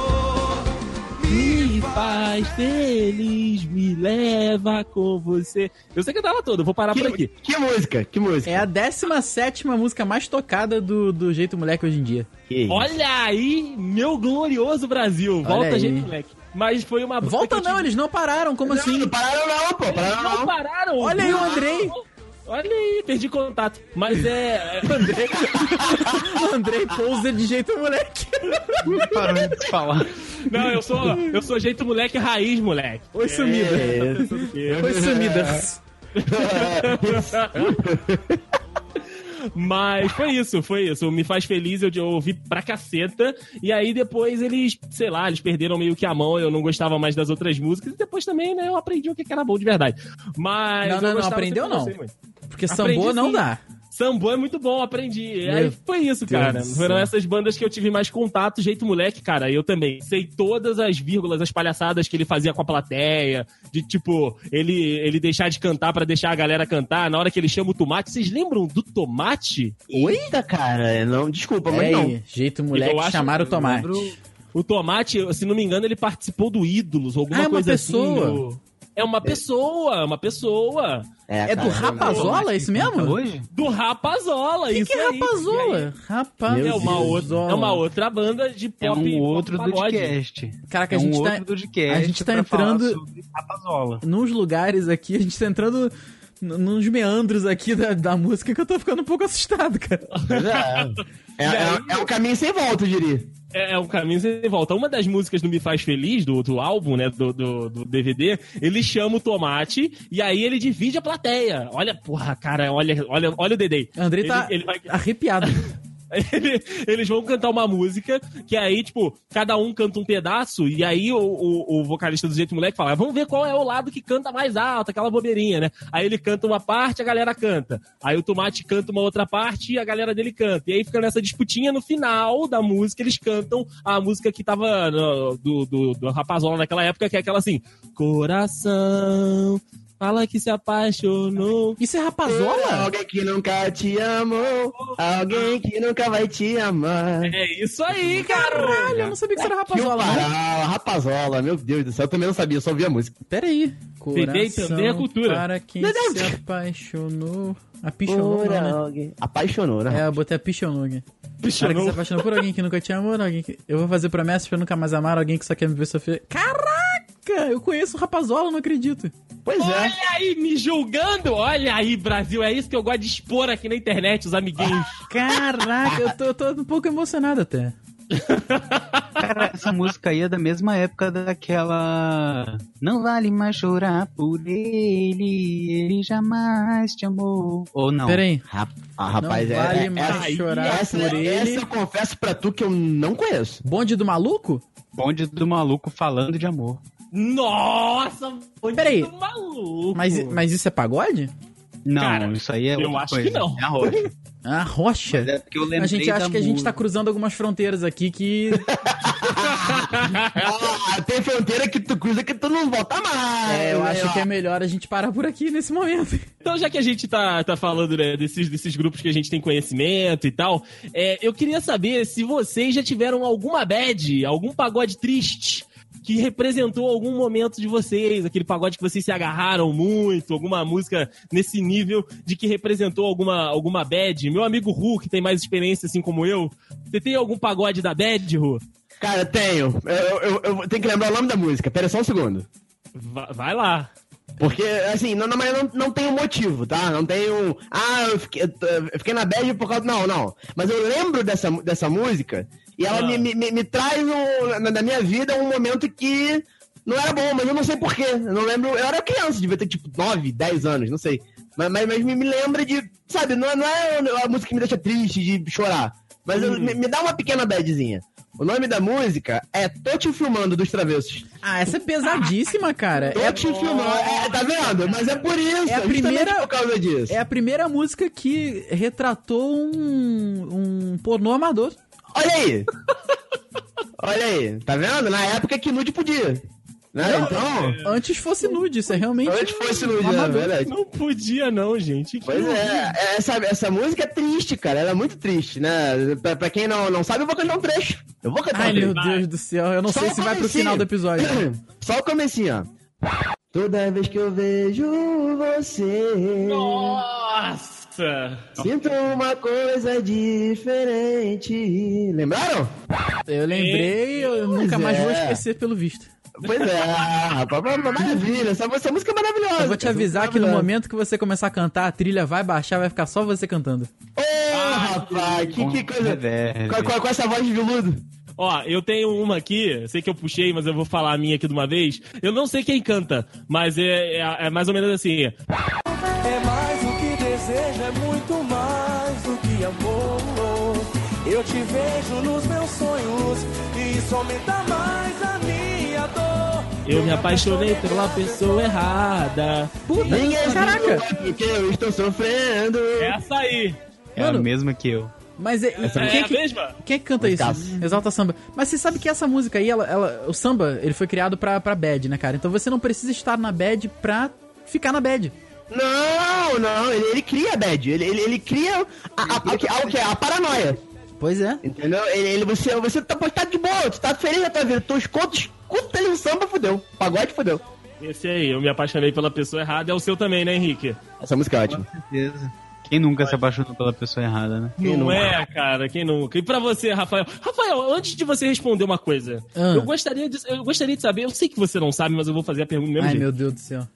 Me faz feliz, me leva com você. Eu sei que eu tava todo, eu vou parar por aqui. Que música? É a 17ª música mais tocada do Jeito Moleque hoje em dia. Olha aí, meu glorioso Brasil. Volta, Jeito Moleque. Mas foi uma... Volta não, eles não pararam, como assim? Não pararam não, pô. Não pararam. Olha aí o Andrei. Olha aí, perdi contato. Mas Andrei Pouser de Jeito Moleque. Parou de falar. Não, eu sou Jeito Moleque raiz, moleque. Oi, sumida. Oi, sumida. Mas foi isso. Me Faz Feliz, eu ouvi pra caceta. E aí depois eles, sei lá, eles perderam meio que a mão. Eu não gostava mais das outras músicas. E depois também, né, eu aprendi o que era bom de verdade. Mas não aprendeu não. Porque sambô não dá. Sambô é muito bom, aprendi. Aí foi isso, cara. Foram essas bandas que eu tive mais contato. Jeito Moleque, cara, eu também sei todas as vírgulas, as palhaçadas que ele fazia com a plateia. De, tipo, ele deixar de cantar pra deixar a galera cantar. Na hora que ele chama o Tomate. Vocês lembram do Tomate? Eita, cara. Não, desculpa, mas não. Jeito Moleque, chamaram o Tomate. O Tomate, se não me engano, ele participou do Ídolos, alguma coisa pessoa. assim. É uma pessoa. É do Rapazola, é isso mesmo? Hoje? Do Rapazola, isso que é aí. Rapazola? É uma outra banda de pop. É um outro pop podcast. Caraca, a gente tá entrando nos lugares aqui, a gente tá entrando nos meandros aqui da música que eu tô ficando um pouco assustado, cara. É um caminho sem volta, eu diria. É um caminho sem volta. Uma das músicas do Me Faz Feliz, do álbum, né, do DVD, ele chama o Tomate e aí ele divide a plateia. Olha, porra, cara, olha o Dedê. Andrei tá arrepiado. Eles vão cantar uma música que aí, tipo, cada um canta um pedaço e aí o vocalista do Jeito Moleque fala, vamos ver qual é o lado que canta mais alto, aquela bobeirinha, né? Aí ele canta uma parte, a galera canta. Aí o Tomate canta uma outra parte e a galera dele canta. E aí fica nessa disputinha, no final da música eles cantam a música que tava do Rapazola naquela época, que é aquela assim, coração... Fala que se apaixonou. Isso é Rapazola? Alguém que nunca te amou. Alguém que nunca vai te amar. É isso aí, caralho. Eu não sabia que isso era Rapazola. Rapazola, meu Deus do céu. Eu também não sabia, eu só ouvia a música. Pera aí. Coração também a cultura. Para quem se apaixonou. Apaixonou, né? Apaixonou, né? É, eu botei apaixonou aqui. Para que se apaixonou por alguém que nunca te amou. Eu vou fazer promessas pra nunca mais amar alguém que só quer me ver sofrer. Caraca! Eu conheço o Rapazola, não acredito. Pois é. Olha aí, me julgando. Olha aí, Brasil. É isso que eu gosto de expor aqui na internet, os amiguinhos. Caraca, eu tô um pouco emocionado até. Cara, essa música aí é da mesma época daquela... Não vale mais chorar por ele jamais te amou. Ou não? Peraí. Rapaz, não vale mais chorar por ele. Essa eu confesso pra tu que eu não conheço. Bonde do Maluco? Bonde do Maluco falando de amor. Nossa, Peraí. do maluco. Mas isso é pagode? Não, cara, isso aí é eu outra acho coisa. que não. É a rocha. A rocha? Mas é porque eu lembrei a gente acha que a gente tá música. cruzando algumas fronteiras aqui que... Tem fronteira que tu cruza que tu não volta mais. eu acho que é melhor a gente parar por aqui nesse momento. Então, já que a gente tá falando, né, desses grupos que a gente tem conhecimento e tal, eu queria saber se vocês já tiveram alguma bad, algum pagode triste que representou algum momento de vocês, aquele pagode que vocês se agarraram muito, alguma música nesse nível de que representou alguma bad. Meu amigo Ru, que tem mais experiência assim como eu, você tem algum pagode da bad, Ru? Cara, tenho. Eu tenho que lembrar o nome da música. Pera só um segundo. Vai lá. Porque, assim, não tem um motivo, tá? Não tem um... eu fiquei na bad por causa... Não. Mas eu lembro dessa música e ela me traz na minha vida um momento que não era bom, mas eu não sei porquê. Eu não lembro... Eu era criança, devia ter, tipo, 9, 10 anos, não sei. Mas me lembra de... Sabe, não é a música que me deixa triste, de chorar. Mas me dá uma pequena badzinha. O nome da música é Tô Te Filmando, dos Travessos. Essa é pesadíssima, cara. Tô te filmando. Tá vendo? Mas é por isso. É a primeira, por causa disso. É a primeira música que retratou um pornô amador. Olha aí. Olha aí. Tá vendo? Na época que nude podia. Né? Então... Antes fosse nude, isso é realmente... Antes fosse nude, é verdade. Não podia não, gente. Pois essa música é triste, cara. Ela é muito triste, né? Pra quem não sabe, eu vou cantar um trecho. Eu vou cantar um trecho. Ai, meu Deus do céu. Eu não sei se vai pro final do episódio. Só o comecinho, ó. Toda vez que eu vejo você... Nossa! Sinto uma coisa diferente. Lembraram? Eu lembrei, eu nunca mais vou esquecer pelo visto. Pois é, rapaz, maravilha. Essa música é maravilhosa. Eu vou te avisar que no momento que você começar a cantar, a trilha vai baixar, vai ficar só você cantando. Rapaz, que coisa. Com essa voz de veludo. Ó, eu tenho uma aqui, sei que eu puxei, mas eu vou falar a minha aqui de uma vez. Eu não sei quem canta, mas é mais ou menos assim. É mais do que desejo, é muito mais do que amor. Eu te vejo nos meus sonhos e isso aumenta mais a minha dor. Eu me apaixonei pela pessoa errada. Puta, caraca! Porque eu estou sofrendo. Essa aí. É a mesma que eu. Mas a mesma? Quem é que canta isso? Exalta Samba. Mas você sabe que essa música aí, o samba, ele foi criado pra bad, né, cara? Então você não precisa estar na bad pra ficar na bad. Não, ele cria a bad. Ele cria a paranoia. Pois é. Entendeu? Você tá de boa, tu tá feliz na tua vida. Tu escuta ele um samba, fudeu. Pagode, fudeu. Esse aí, eu me apaixonei pela pessoa errada, é o seu também, né, Henrique? Essa música é ótima. Com certeza. Quem nunca se apaixonou pela pessoa errada, né? Não é, cara, quem nunca? E pra você, Rafael? Rafael, antes de você responder uma coisa, eu gostaria de saber, eu sei que você não sabe, mas eu vou fazer a pergunta mesmo. Ai, meu Deus do céu.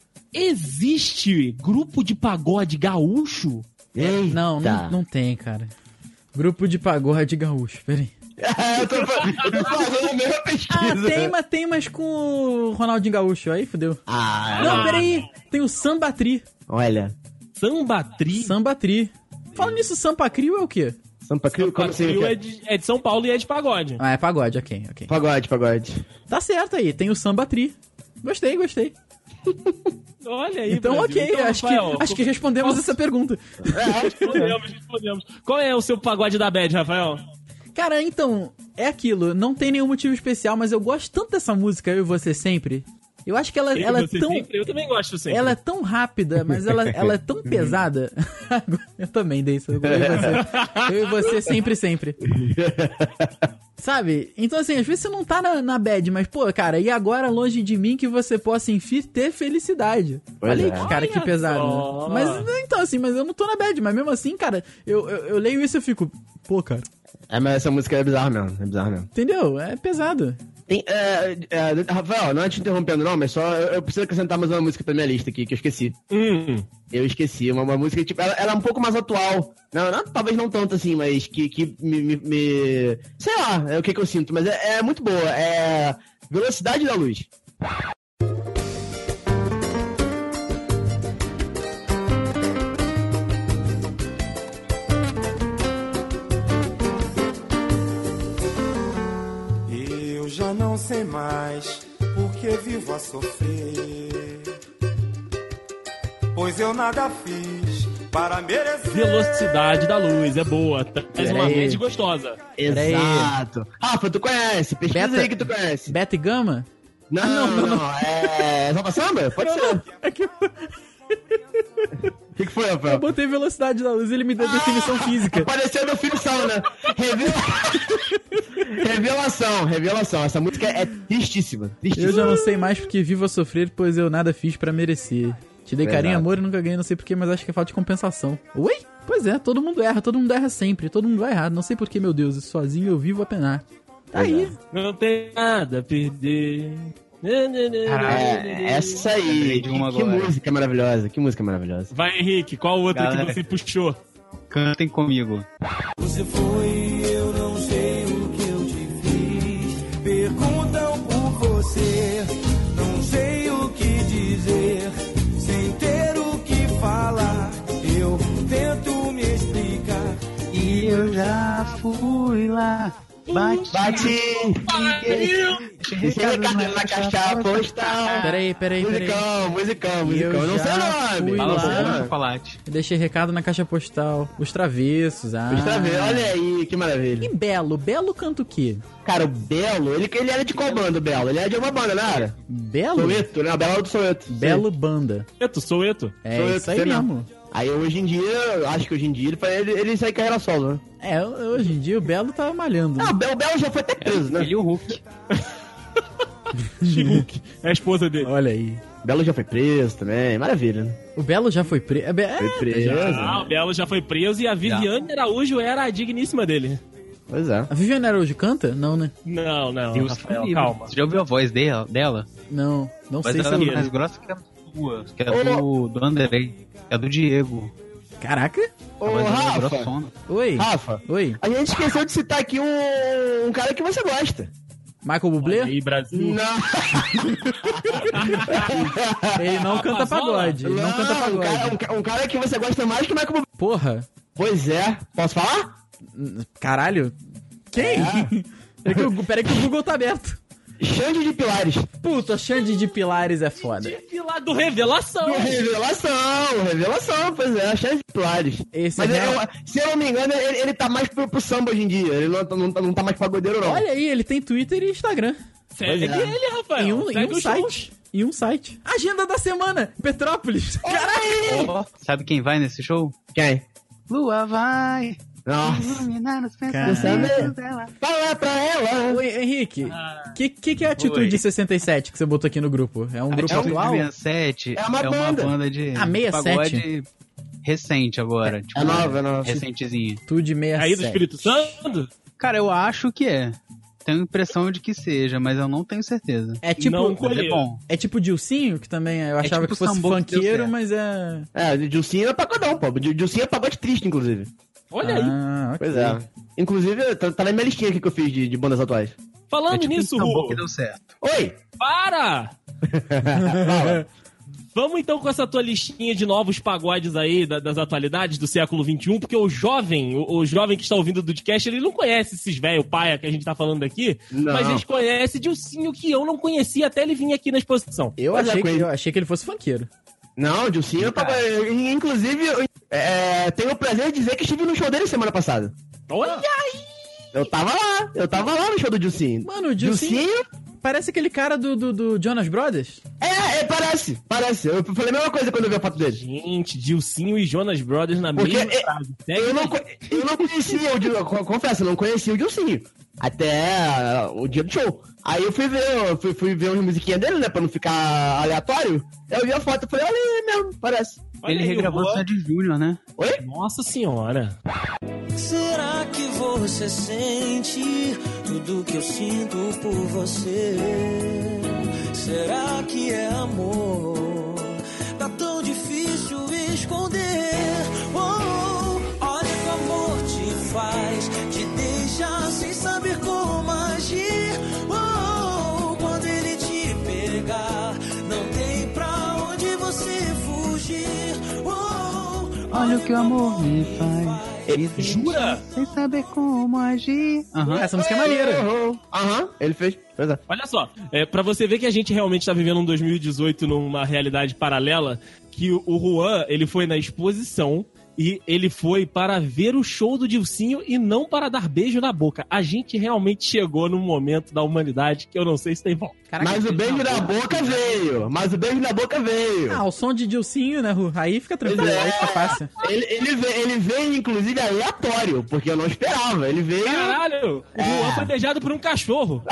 Existe grupo de pagode gaúcho? Não tem, cara. Grupo de pagode gaúcho, peraí. Eu tô fazendo a mesma pesquisa. Tem, mas com o Ronaldinho Gaúcho, aí fodeu. Não, peraí, tem o Samba Tri. Olha. Samba Tri? Samba Tri. Falando nisso, Sampa Crio é o quê? Sampa Crio, como assim? É de São Paulo e é de pagode. Ah, é pagode, ok. Pagode. Tá certo aí, tem o Samba Tri. Gostei. Olha aí, então, Brasil. ok, Então, acho que respondemos essa pergunta. Respondemos. Qual é o seu pagode da bad, Rafael? Cara, então, é aquilo, não tem nenhum motivo especial, mas eu gosto tanto dessa música, Eu e Você Sempre. Eu acho que ela é tão... Sempre? Eu também gosto sempre. Ela é tão rápida, mas ela é tão pesada. Eu também dei isso. Eu e você sempre. Sabe? Então, assim, às vezes você não tá na bad, mas, pô, cara, e agora longe de mim que você possa, enfim, ter felicidade. Olha aí, cara, que pesado. Né? Mas, então, assim, mas eu não tô na bad, mas mesmo assim, cara, eu leio isso e eu fico, pô, cara. Mas essa música é bizarra mesmo. Entendeu? É pesado. Rafael, não é te interrompendo não, mas só eu preciso acrescentar mais uma música pra minha lista aqui, que eu esqueci. Eu esqueci, uma música, tipo, ela é um pouco mais atual. Não, talvez não tanto assim, mas que me sei lá, é o que eu sinto, mas é muito boa. É Velocidade da Luz. Já não sei mais porque vivo a sofrer, pois eu nada fiz para merecer. Velocidade da Luz, é boa. É uma rede gostosa. Exato. Rafa, tu conhece? Pesquisa aí que tu conhece. Beta e Gama? Não. É Samba Samba? Pode ser. O que foi, Rafael? Eu botei Velocidade da Luz e ele me deu definição física. Apareceu a definição, né? Revelação. Essa música é tristíssima. Eu já não sei mais porque vivo a sofrer, pois eu nada fiz pra merecer. Te dei carinho e amor e nunca ganhei, não sei porquê, mas acho que é falta de compensação. Oi? Pois é, todo mundo erra sempre, todo mundo vai errado. Não sei porquê, meu Deus, sozinho eu vivo a penar. Tá aí. Não tem nada a perder. Essa aí, que música maravilhosa. Vai, Henrique, qual outra que você puxou? Cantem comigo. Você foi, eu não sei o que eu te fiz. Perguntam por você, não sei o que dizer. Sem ter o que falar, eu tento me explicar. E eu já fui lá. Bati. Deixei recado na caixa postal. Peraí. Musicão. Eu não sei o nome. Deixei recado na caixa postal. Os Travessos. Os Travessos, olha aí, que maravilha. E Belo? Belo canta o quê? Cara, o Belo, ele era de qual banda, o Belo? Ele era de uma banda, não era? Belo? Soweto, né? O Belo é do Soweto. Belo Banda. Soweto? É, Soweto, isso aí mesmo. Aí hoje em dia, acho que hoje em dia ele sai carreira solo, né? É, hoje em dia o Belo tá malhando. Né? O Belo já foi até preso, né? Ele e o Hulk. Hulk, é a esposa dele. Olha aí. O Belo já foi preso também, maravilha, né? O Belo já foi preso? Foi preso. O Belo já foi preso e a Viviane Araújo era a digníssima dele. Pois é. A Viviane Araújo canta? Não, né? Não, Deus, Rafael, calma. Você já ouviu a voz dela? Não mas sei se ela é mais grossa que a sua, que é do Andrei, é do Diego. Caraca! Ô, Rafa! Oi! Rafa! Oi! A gente esqueceu de citar aqui um cara que você gosta. Michael Bublé? Aí, Brasil. Não! Ele não canta pagode. Ele não canta pagode. Um cara que você gosta mais que o Michael Bublé. Porra! Pois é. Posso falar? Caralho! Quem? Peraí que o Google tá aberto. Xande de Pilares. Puta, Xande de Pilares é foda. Do Revelação. Revelação, pois é, Xande de Pilares. Esse mas se eu não me engano, ele tá mais pro samba hoje em dia. Ele não tá mais pagodeiro, não. Olha aí, ele tem Twitter e Instagram. Segue ele, Rafael. Em um site. Agenda da semana, Petrópolis. Caralho! Sabe quem vai nesse show? Quem? Lua vai. Nossa. Fala pra ela. Oi, Henrique. Que é a Atitude 67 que você botou aqui no grupo? É um grupo atual? 67 é uma banda de 67? Pagode recente agora. Tipo, é nova. Recentezinha. Atitude 67. Aí do Espírito Santo? Cara, eu acho que é. Tenho a impressão de que seja, mas eu não tenho certeza. É tipo... é bom. É tipo Dilcinho, que também eu achava tipo que fosse funkeiro, mas é... Dilcinho é pagodão, pô. Dilcinho é pagode triste, inclusive. Olha aí. Ok. Pois é. Inclusive, tá na minha listinha aqui que eu fiz de bandas atuais. Falando nisso, Ru, que deu certo. Oi! para! Fala. Vamos então com essa tua listinha de novos pagodes aí das atualidades do século XXI, porque o jovem que está ouvindo o Dudcast, ele não conhece esses velho paia que a gente tá falando aqui, Não. mas eles conhecem Dilcinho, que eu não conhecia até ele vir aqui na exposição. Eu Pois é, achei que ele fosse funkeiro. Não, Dilcinho, inclusive, tenho o prazer de dizer que estive no show dele semana passada. Olha aí! Eu tava lá no show do Dilcinho. Mano, o Dilcinho parece aquele cara do Jonas Brothers. Parece. Eu falei a mesma coisa quando eu vi a foto dele. Gente, Dilcinho e Jonas Brothers na Porque mesma frase. eu não conhecia o Dilcinho, confesso, eu não conhecia o Dilcinho. Até o dia do show. Aí eu fui ver umas musiquinhas dele, né, pra não ficar aleatório. Eu vi a foto e falei, olha aí mesmo, parece. Ele regravou o Sandy Júnior, né? Oi? Nossa senhora. Será que você sente tudo que eu sinto por você? Será que é amor? Tá tão difícil esconder. Olha o que o amor te faz, te deixa sem saber como agir. Quando ele te pegar, não tem pra onde você fugir. Olha o que o amor me faz. Jura? Sem saber como agir. Essa música é maneira. Ele fez. Pois é. Olha só, pra você ver que a gente realmente tá vivendo um 2018 numa realidade paralela, que o Juan, ele foi na exposição e ele foi para ver o show do Dilcinho e não para dar beijo na boca. A gente realmente chegou num momento da humanidade que eu não sei se tem volta. Caraca, Mas o beijo na boca veio. Ah, o som de Dilcinho, né, Ru? Aí fica tranquilo, aí fica fácil. Ele veio, inclusive, aleatório, porque eu não esperava. Ele veio... Caralho! O Juan foi beijado por um cachorro.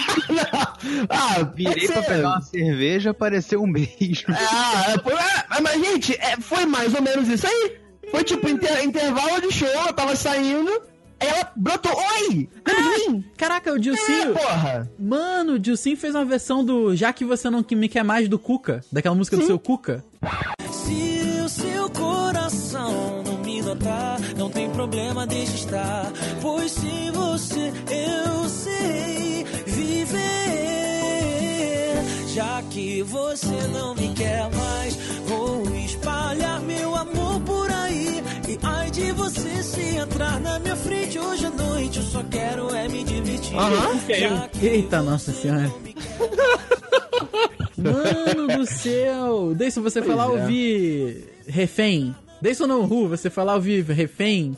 Virei pra pegar uma cerveja, apareceu um beijo. Mas, gente, foi mais ou menos isso aí. Foi tipo intervalo de show, eu tava saindo, aí ela brotou, oi! Caraca, o Dilcinho... porra! Mano, o Dilcinho fez uma versão do Já Que Você Não Me Quer Mais do Cuca, daquela música do seu Cuca. Se o seu coração não me notar, não tem problema, deixa estar. Pois sem você eu sei viver. Já que você não me quer mais, vou espalhar meu amor por aí. E ai de você se entrar na minha frente hoje à noite, eu só quero me divertir. Eita, nossa senhora. Mano do céu. Deison, você foi lá ouvir Refém. Deison não, Ru, você foi lá ouvir Refém.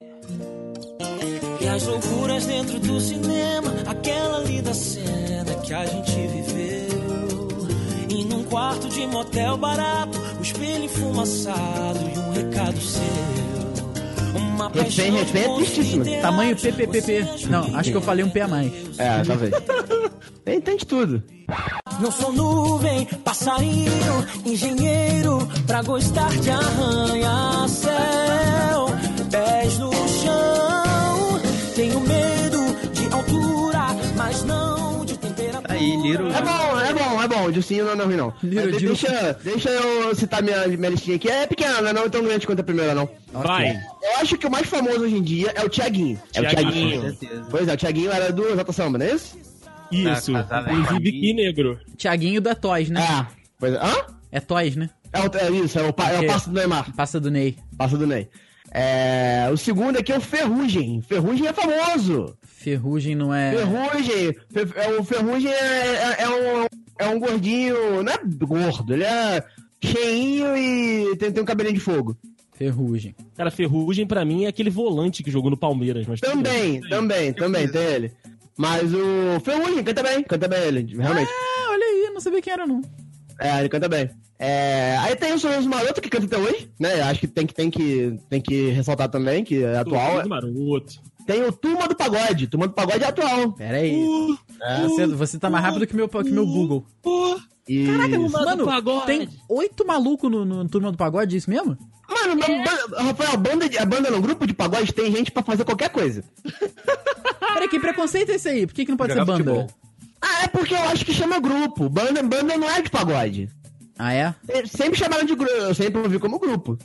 E as loucuras dentro do cinema, aquela linda cena que a gente viveu. E num quarto de motel barato, o espelho enfumaçado e um recado seu. Uma paixão Refém é tristíssimo. Tamanho PPPP. Não, acho que eu falei um P a mais. Talvez. Entende tudo. Não sou nuvem, passarinho, engenheiro, pra gostar de arranha-céu. Pés no chão, tenho medo de altura, mas não de temperatura. Aí, Little. É bom, o Dilcinho não é ruim, não. Deixa eu citar minha listinha aqui. É pequena, não é tão grande quanto a primeira, não. Vai. Eu acho que o mais famoso hoje em dia é o Thiaguinho. Pois é, o Thiaguinho era do Exalta Samba, não é isso? Isso, inclusive Biqui Negro. Thiaguinho da Toys, né? Pois é. Hã? É Toys, né? É o passo do Neymar. Passa do Ney. Passo do Ney. O segundo aqui é o Ferrugem. Ferrugem é famoso. Ferrugem não é... O Ferrugem é um gordinho... Não é gordo, ele é cheinho e tem um cabelinho de fogo. Ferrugem. Cara, Ferrugem pra mim é aquele volante que jogou no Palmeiras. Mas também, tem ele. Mas o Ferrugem canta bem ele, realmente. Olha aí, não sabia quem era, não. Ele canta bem. Aí tem o Sorriso Maroto, que canta até hoje, né? Acho que tem que ressaltar também, que é atual. Sorriso Maroto. Tem o Turma do Pagode. Turma do Pagode é atual. Pera aí. Você tá mais rápido que meu Google. Caraca, no mano, Pagode. Tem 8 malucos no Turma do Pagode, é isso mesmo? Mano, Rafael, a banda no grupo de pagode tem gente pra fazer qualquer coisa. Peraí, que preconceito é esse aí? Por que não pode ser banda? Futebol. É porque eu acho que chama grupo. Banda não é de pagode. Ah, é? Sempre chamaram de grupo, eu sempre ouvi como grupo.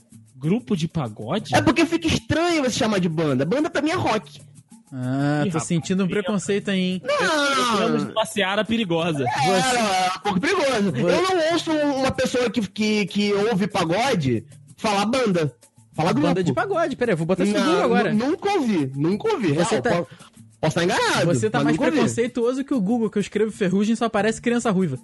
Grupo de pagode? É porque fica estranho você chamar de banda. Banda pra mim é rock. Ah, tô sentindo um preconceito aí, hein? Estamos numa seara perigosa. É um pouco perigoso. Eu não ouço uma pessoa que ouve pagode falar banda. Fala grupo. Banda de pagode, peraí, eu vou botar isso no Google agora. Nunca ouvi. Você Real, posso estar enganado. Você tá mas mais nunca ouvi. preconceituoso que o Google, que eu escrevo Ferrugem e só aparece criança ruiva.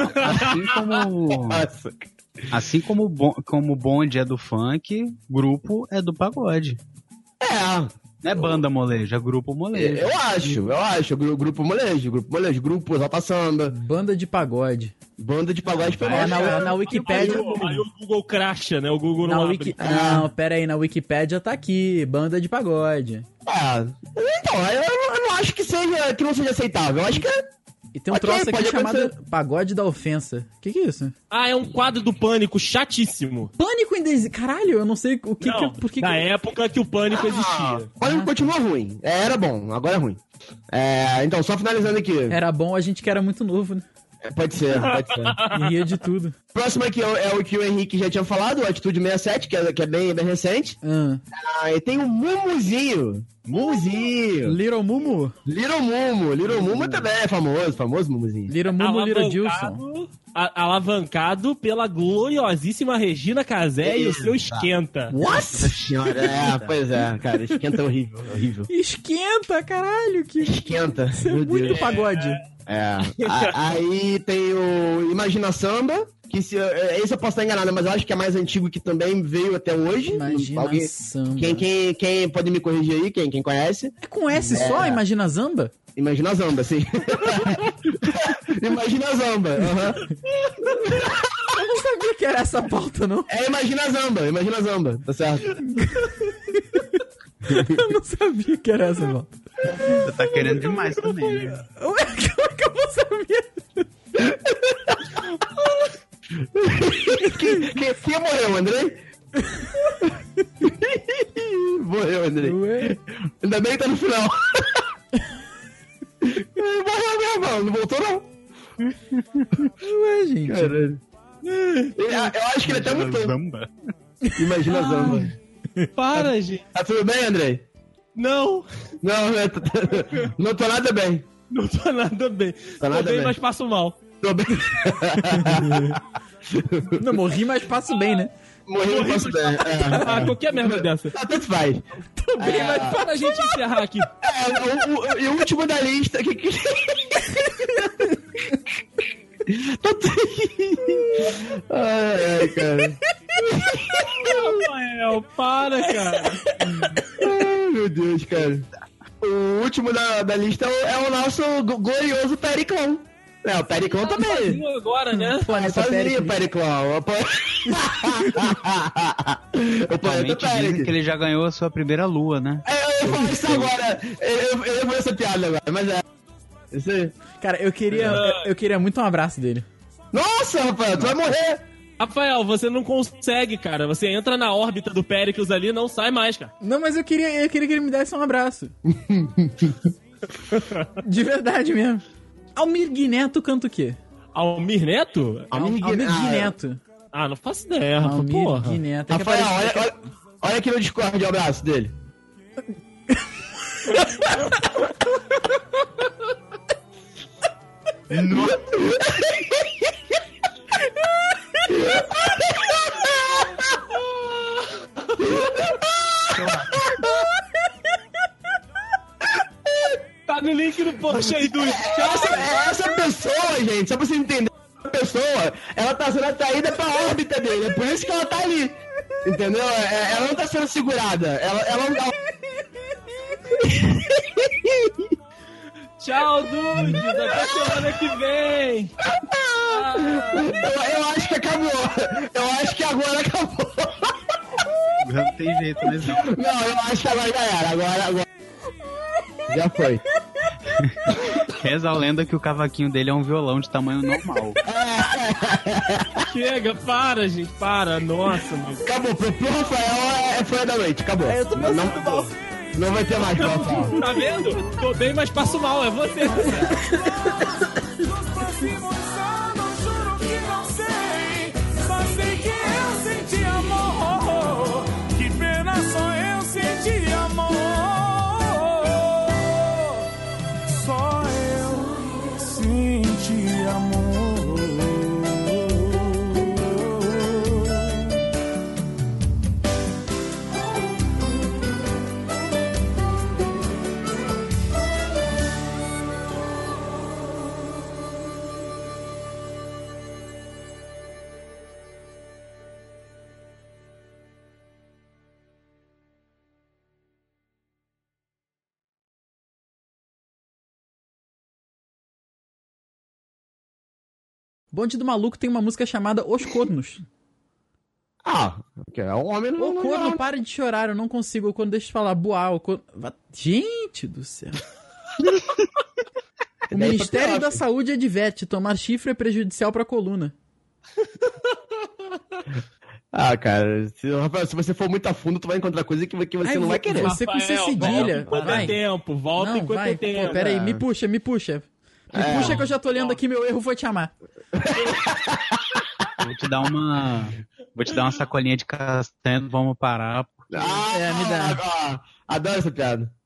Assim como o bonde é do funk, grupo é do pagode. Não é banda molejo, é grupo molejo. Eu acho. Grupo molejo, grupo exalta samba. Banda de pagode. Banda de pagode na Wikipédia. Aí o Google crasha, né? O Google não abre. Não, pera aí, na Wikipédia tá aqui, banda de pagode. Então, eu não acho que não seja aceitável. Eu acho que E tem um troço aqui chamado Pagode da Ofensa. Que é isso? É um quadro do Pânico chatíssimo. Pânico em Caralho, eu não sei o que... Na época que o Pânico existia. O Pânico continua ruim. Era bom, agora é ruim. Então, só finalizando aqui. Era bom, a gente que era muito novo, né? Pode ser. E ria de tudo. Próximo aqui é o que o Henrique já tinha falado, o Atitude 67, que é bem recente. E tem o Mumuzinho. Little Mumu? Little Mumu também é famoso Mumuzinho. Little Mumu, Little Dilson. Alavancado pela gloriosíssima Regina Casé e o seu Esquenta. Nossa senhora, pois é, cara, Esquenta é horrível. Esquenta, caralho, que... Esquenta, Isso é muito pagode. Aí tem o Imagina Samba, que esse eu posso estar enganado, mas eu acho que é mais antigo, que também veio até hoje. Imagina Samba. Quem pode me corrigir aí, quem conhece? É com S só, Imagina Zamba? Imagina Zamba, sim. Imagina Zamba, Eu não sabia que era essa pauta, não. Imagina Zamba, tá certo? Eu não sabia que era essa pauta. Você tá querendo demais também, né? Como é que eu vou saber? Quem morreu, Andrei? Morreu, Andrei. Ué? Ainda bem que tá no final. Morreu mesmo, não voltou não. Ué, gente. Caralho. Eu acho que ele até mutou. Imagina Zamba. Para, gente. Tá tudo bem, Andrei? Não, não tô nada bem. não tô nada bem. Tá nada Tô bem, bem. mas passo mal. Tô bem. Não, morri, mas passo bem, né? Morri, não posso bem. Qualquer merda dessa. Tanto faz. Tô bem, mas Para a gente encerrar aqui. E o último da lista. Ai, cara. Rafael, para, cara. Ai, meu Deus, cara. O último da lista é o nosso glorioso Periclão. O Periclão também. Sozinho agora, né? Sozinho, Periclão. O Atualmente dizem que ele já ganhou a sua primeira lua, né? Eu falo isso agora. Eu vou essa piada agora, mas isso aí. Cara, eu queria muito um abraço dele. Nossa, Rafael, tu vai morrer. Rafael, você não consegue, cara. Você entra na órbita do Péricles ali e não sai mais, cara. Não, mas eu queria que ele me desse um abraço. De verdade mesmo. Almir Guineto canta o quê? Almir Neto? Almir Guineto. Não faço ideia, Almir porra. Guineto. Rafael, olha aqui no Discord o abraço dele. Tá no link do post aí do... Essa pessoa, gente, só pra você entender, essa pessoa, ela tá sendo atraída pra órbita dele, é por isso que ela tá ali. Entendeu? Ela não tá sendo segurada. Ela não tá... Tchau, Dudes. Até semana que vem. Eu acho que acabou. Eu acho que agora acabou. Não tem jeito, mas não. Não, eu acho que agora já era. Agora... Já foi. Reza a lenda que o cavaquinho dele é um violão de tamanho normal. Chega, para, gente, para. Nossa, mano. Acabou, pro Rafael foi da noite, acabou. Eu tô passando mal. Não vai ter mais pra Rafael. Tá vendo? Tô bem, mas passo mal, é você. Nos próximos anos, juro que não sei. Só sei que eu senti amor. Bonde do Maluco tem uma música chamada Os Cornos. Que é um homem no... O corno, para de chorar, eu não consigo. Quando deixa eu falar, boar, o corno... Gente do céu. O Ministério da Saúde adverte, tomar chifre é prejudicial pra coluna. Cara, se você for muito a fundo, tu vai encontrar coisa que você não vai querer. Você com C cedilha. Volta enquanto é tempo, volta enquanto é tempo. Pô, peraí, me puxa. Me puxa que eu já tô lendo aqui, meu erro foi te amar. Vou te dar uma sacolinha de castanha, vamos parar. Me dá. Adoro essa piada.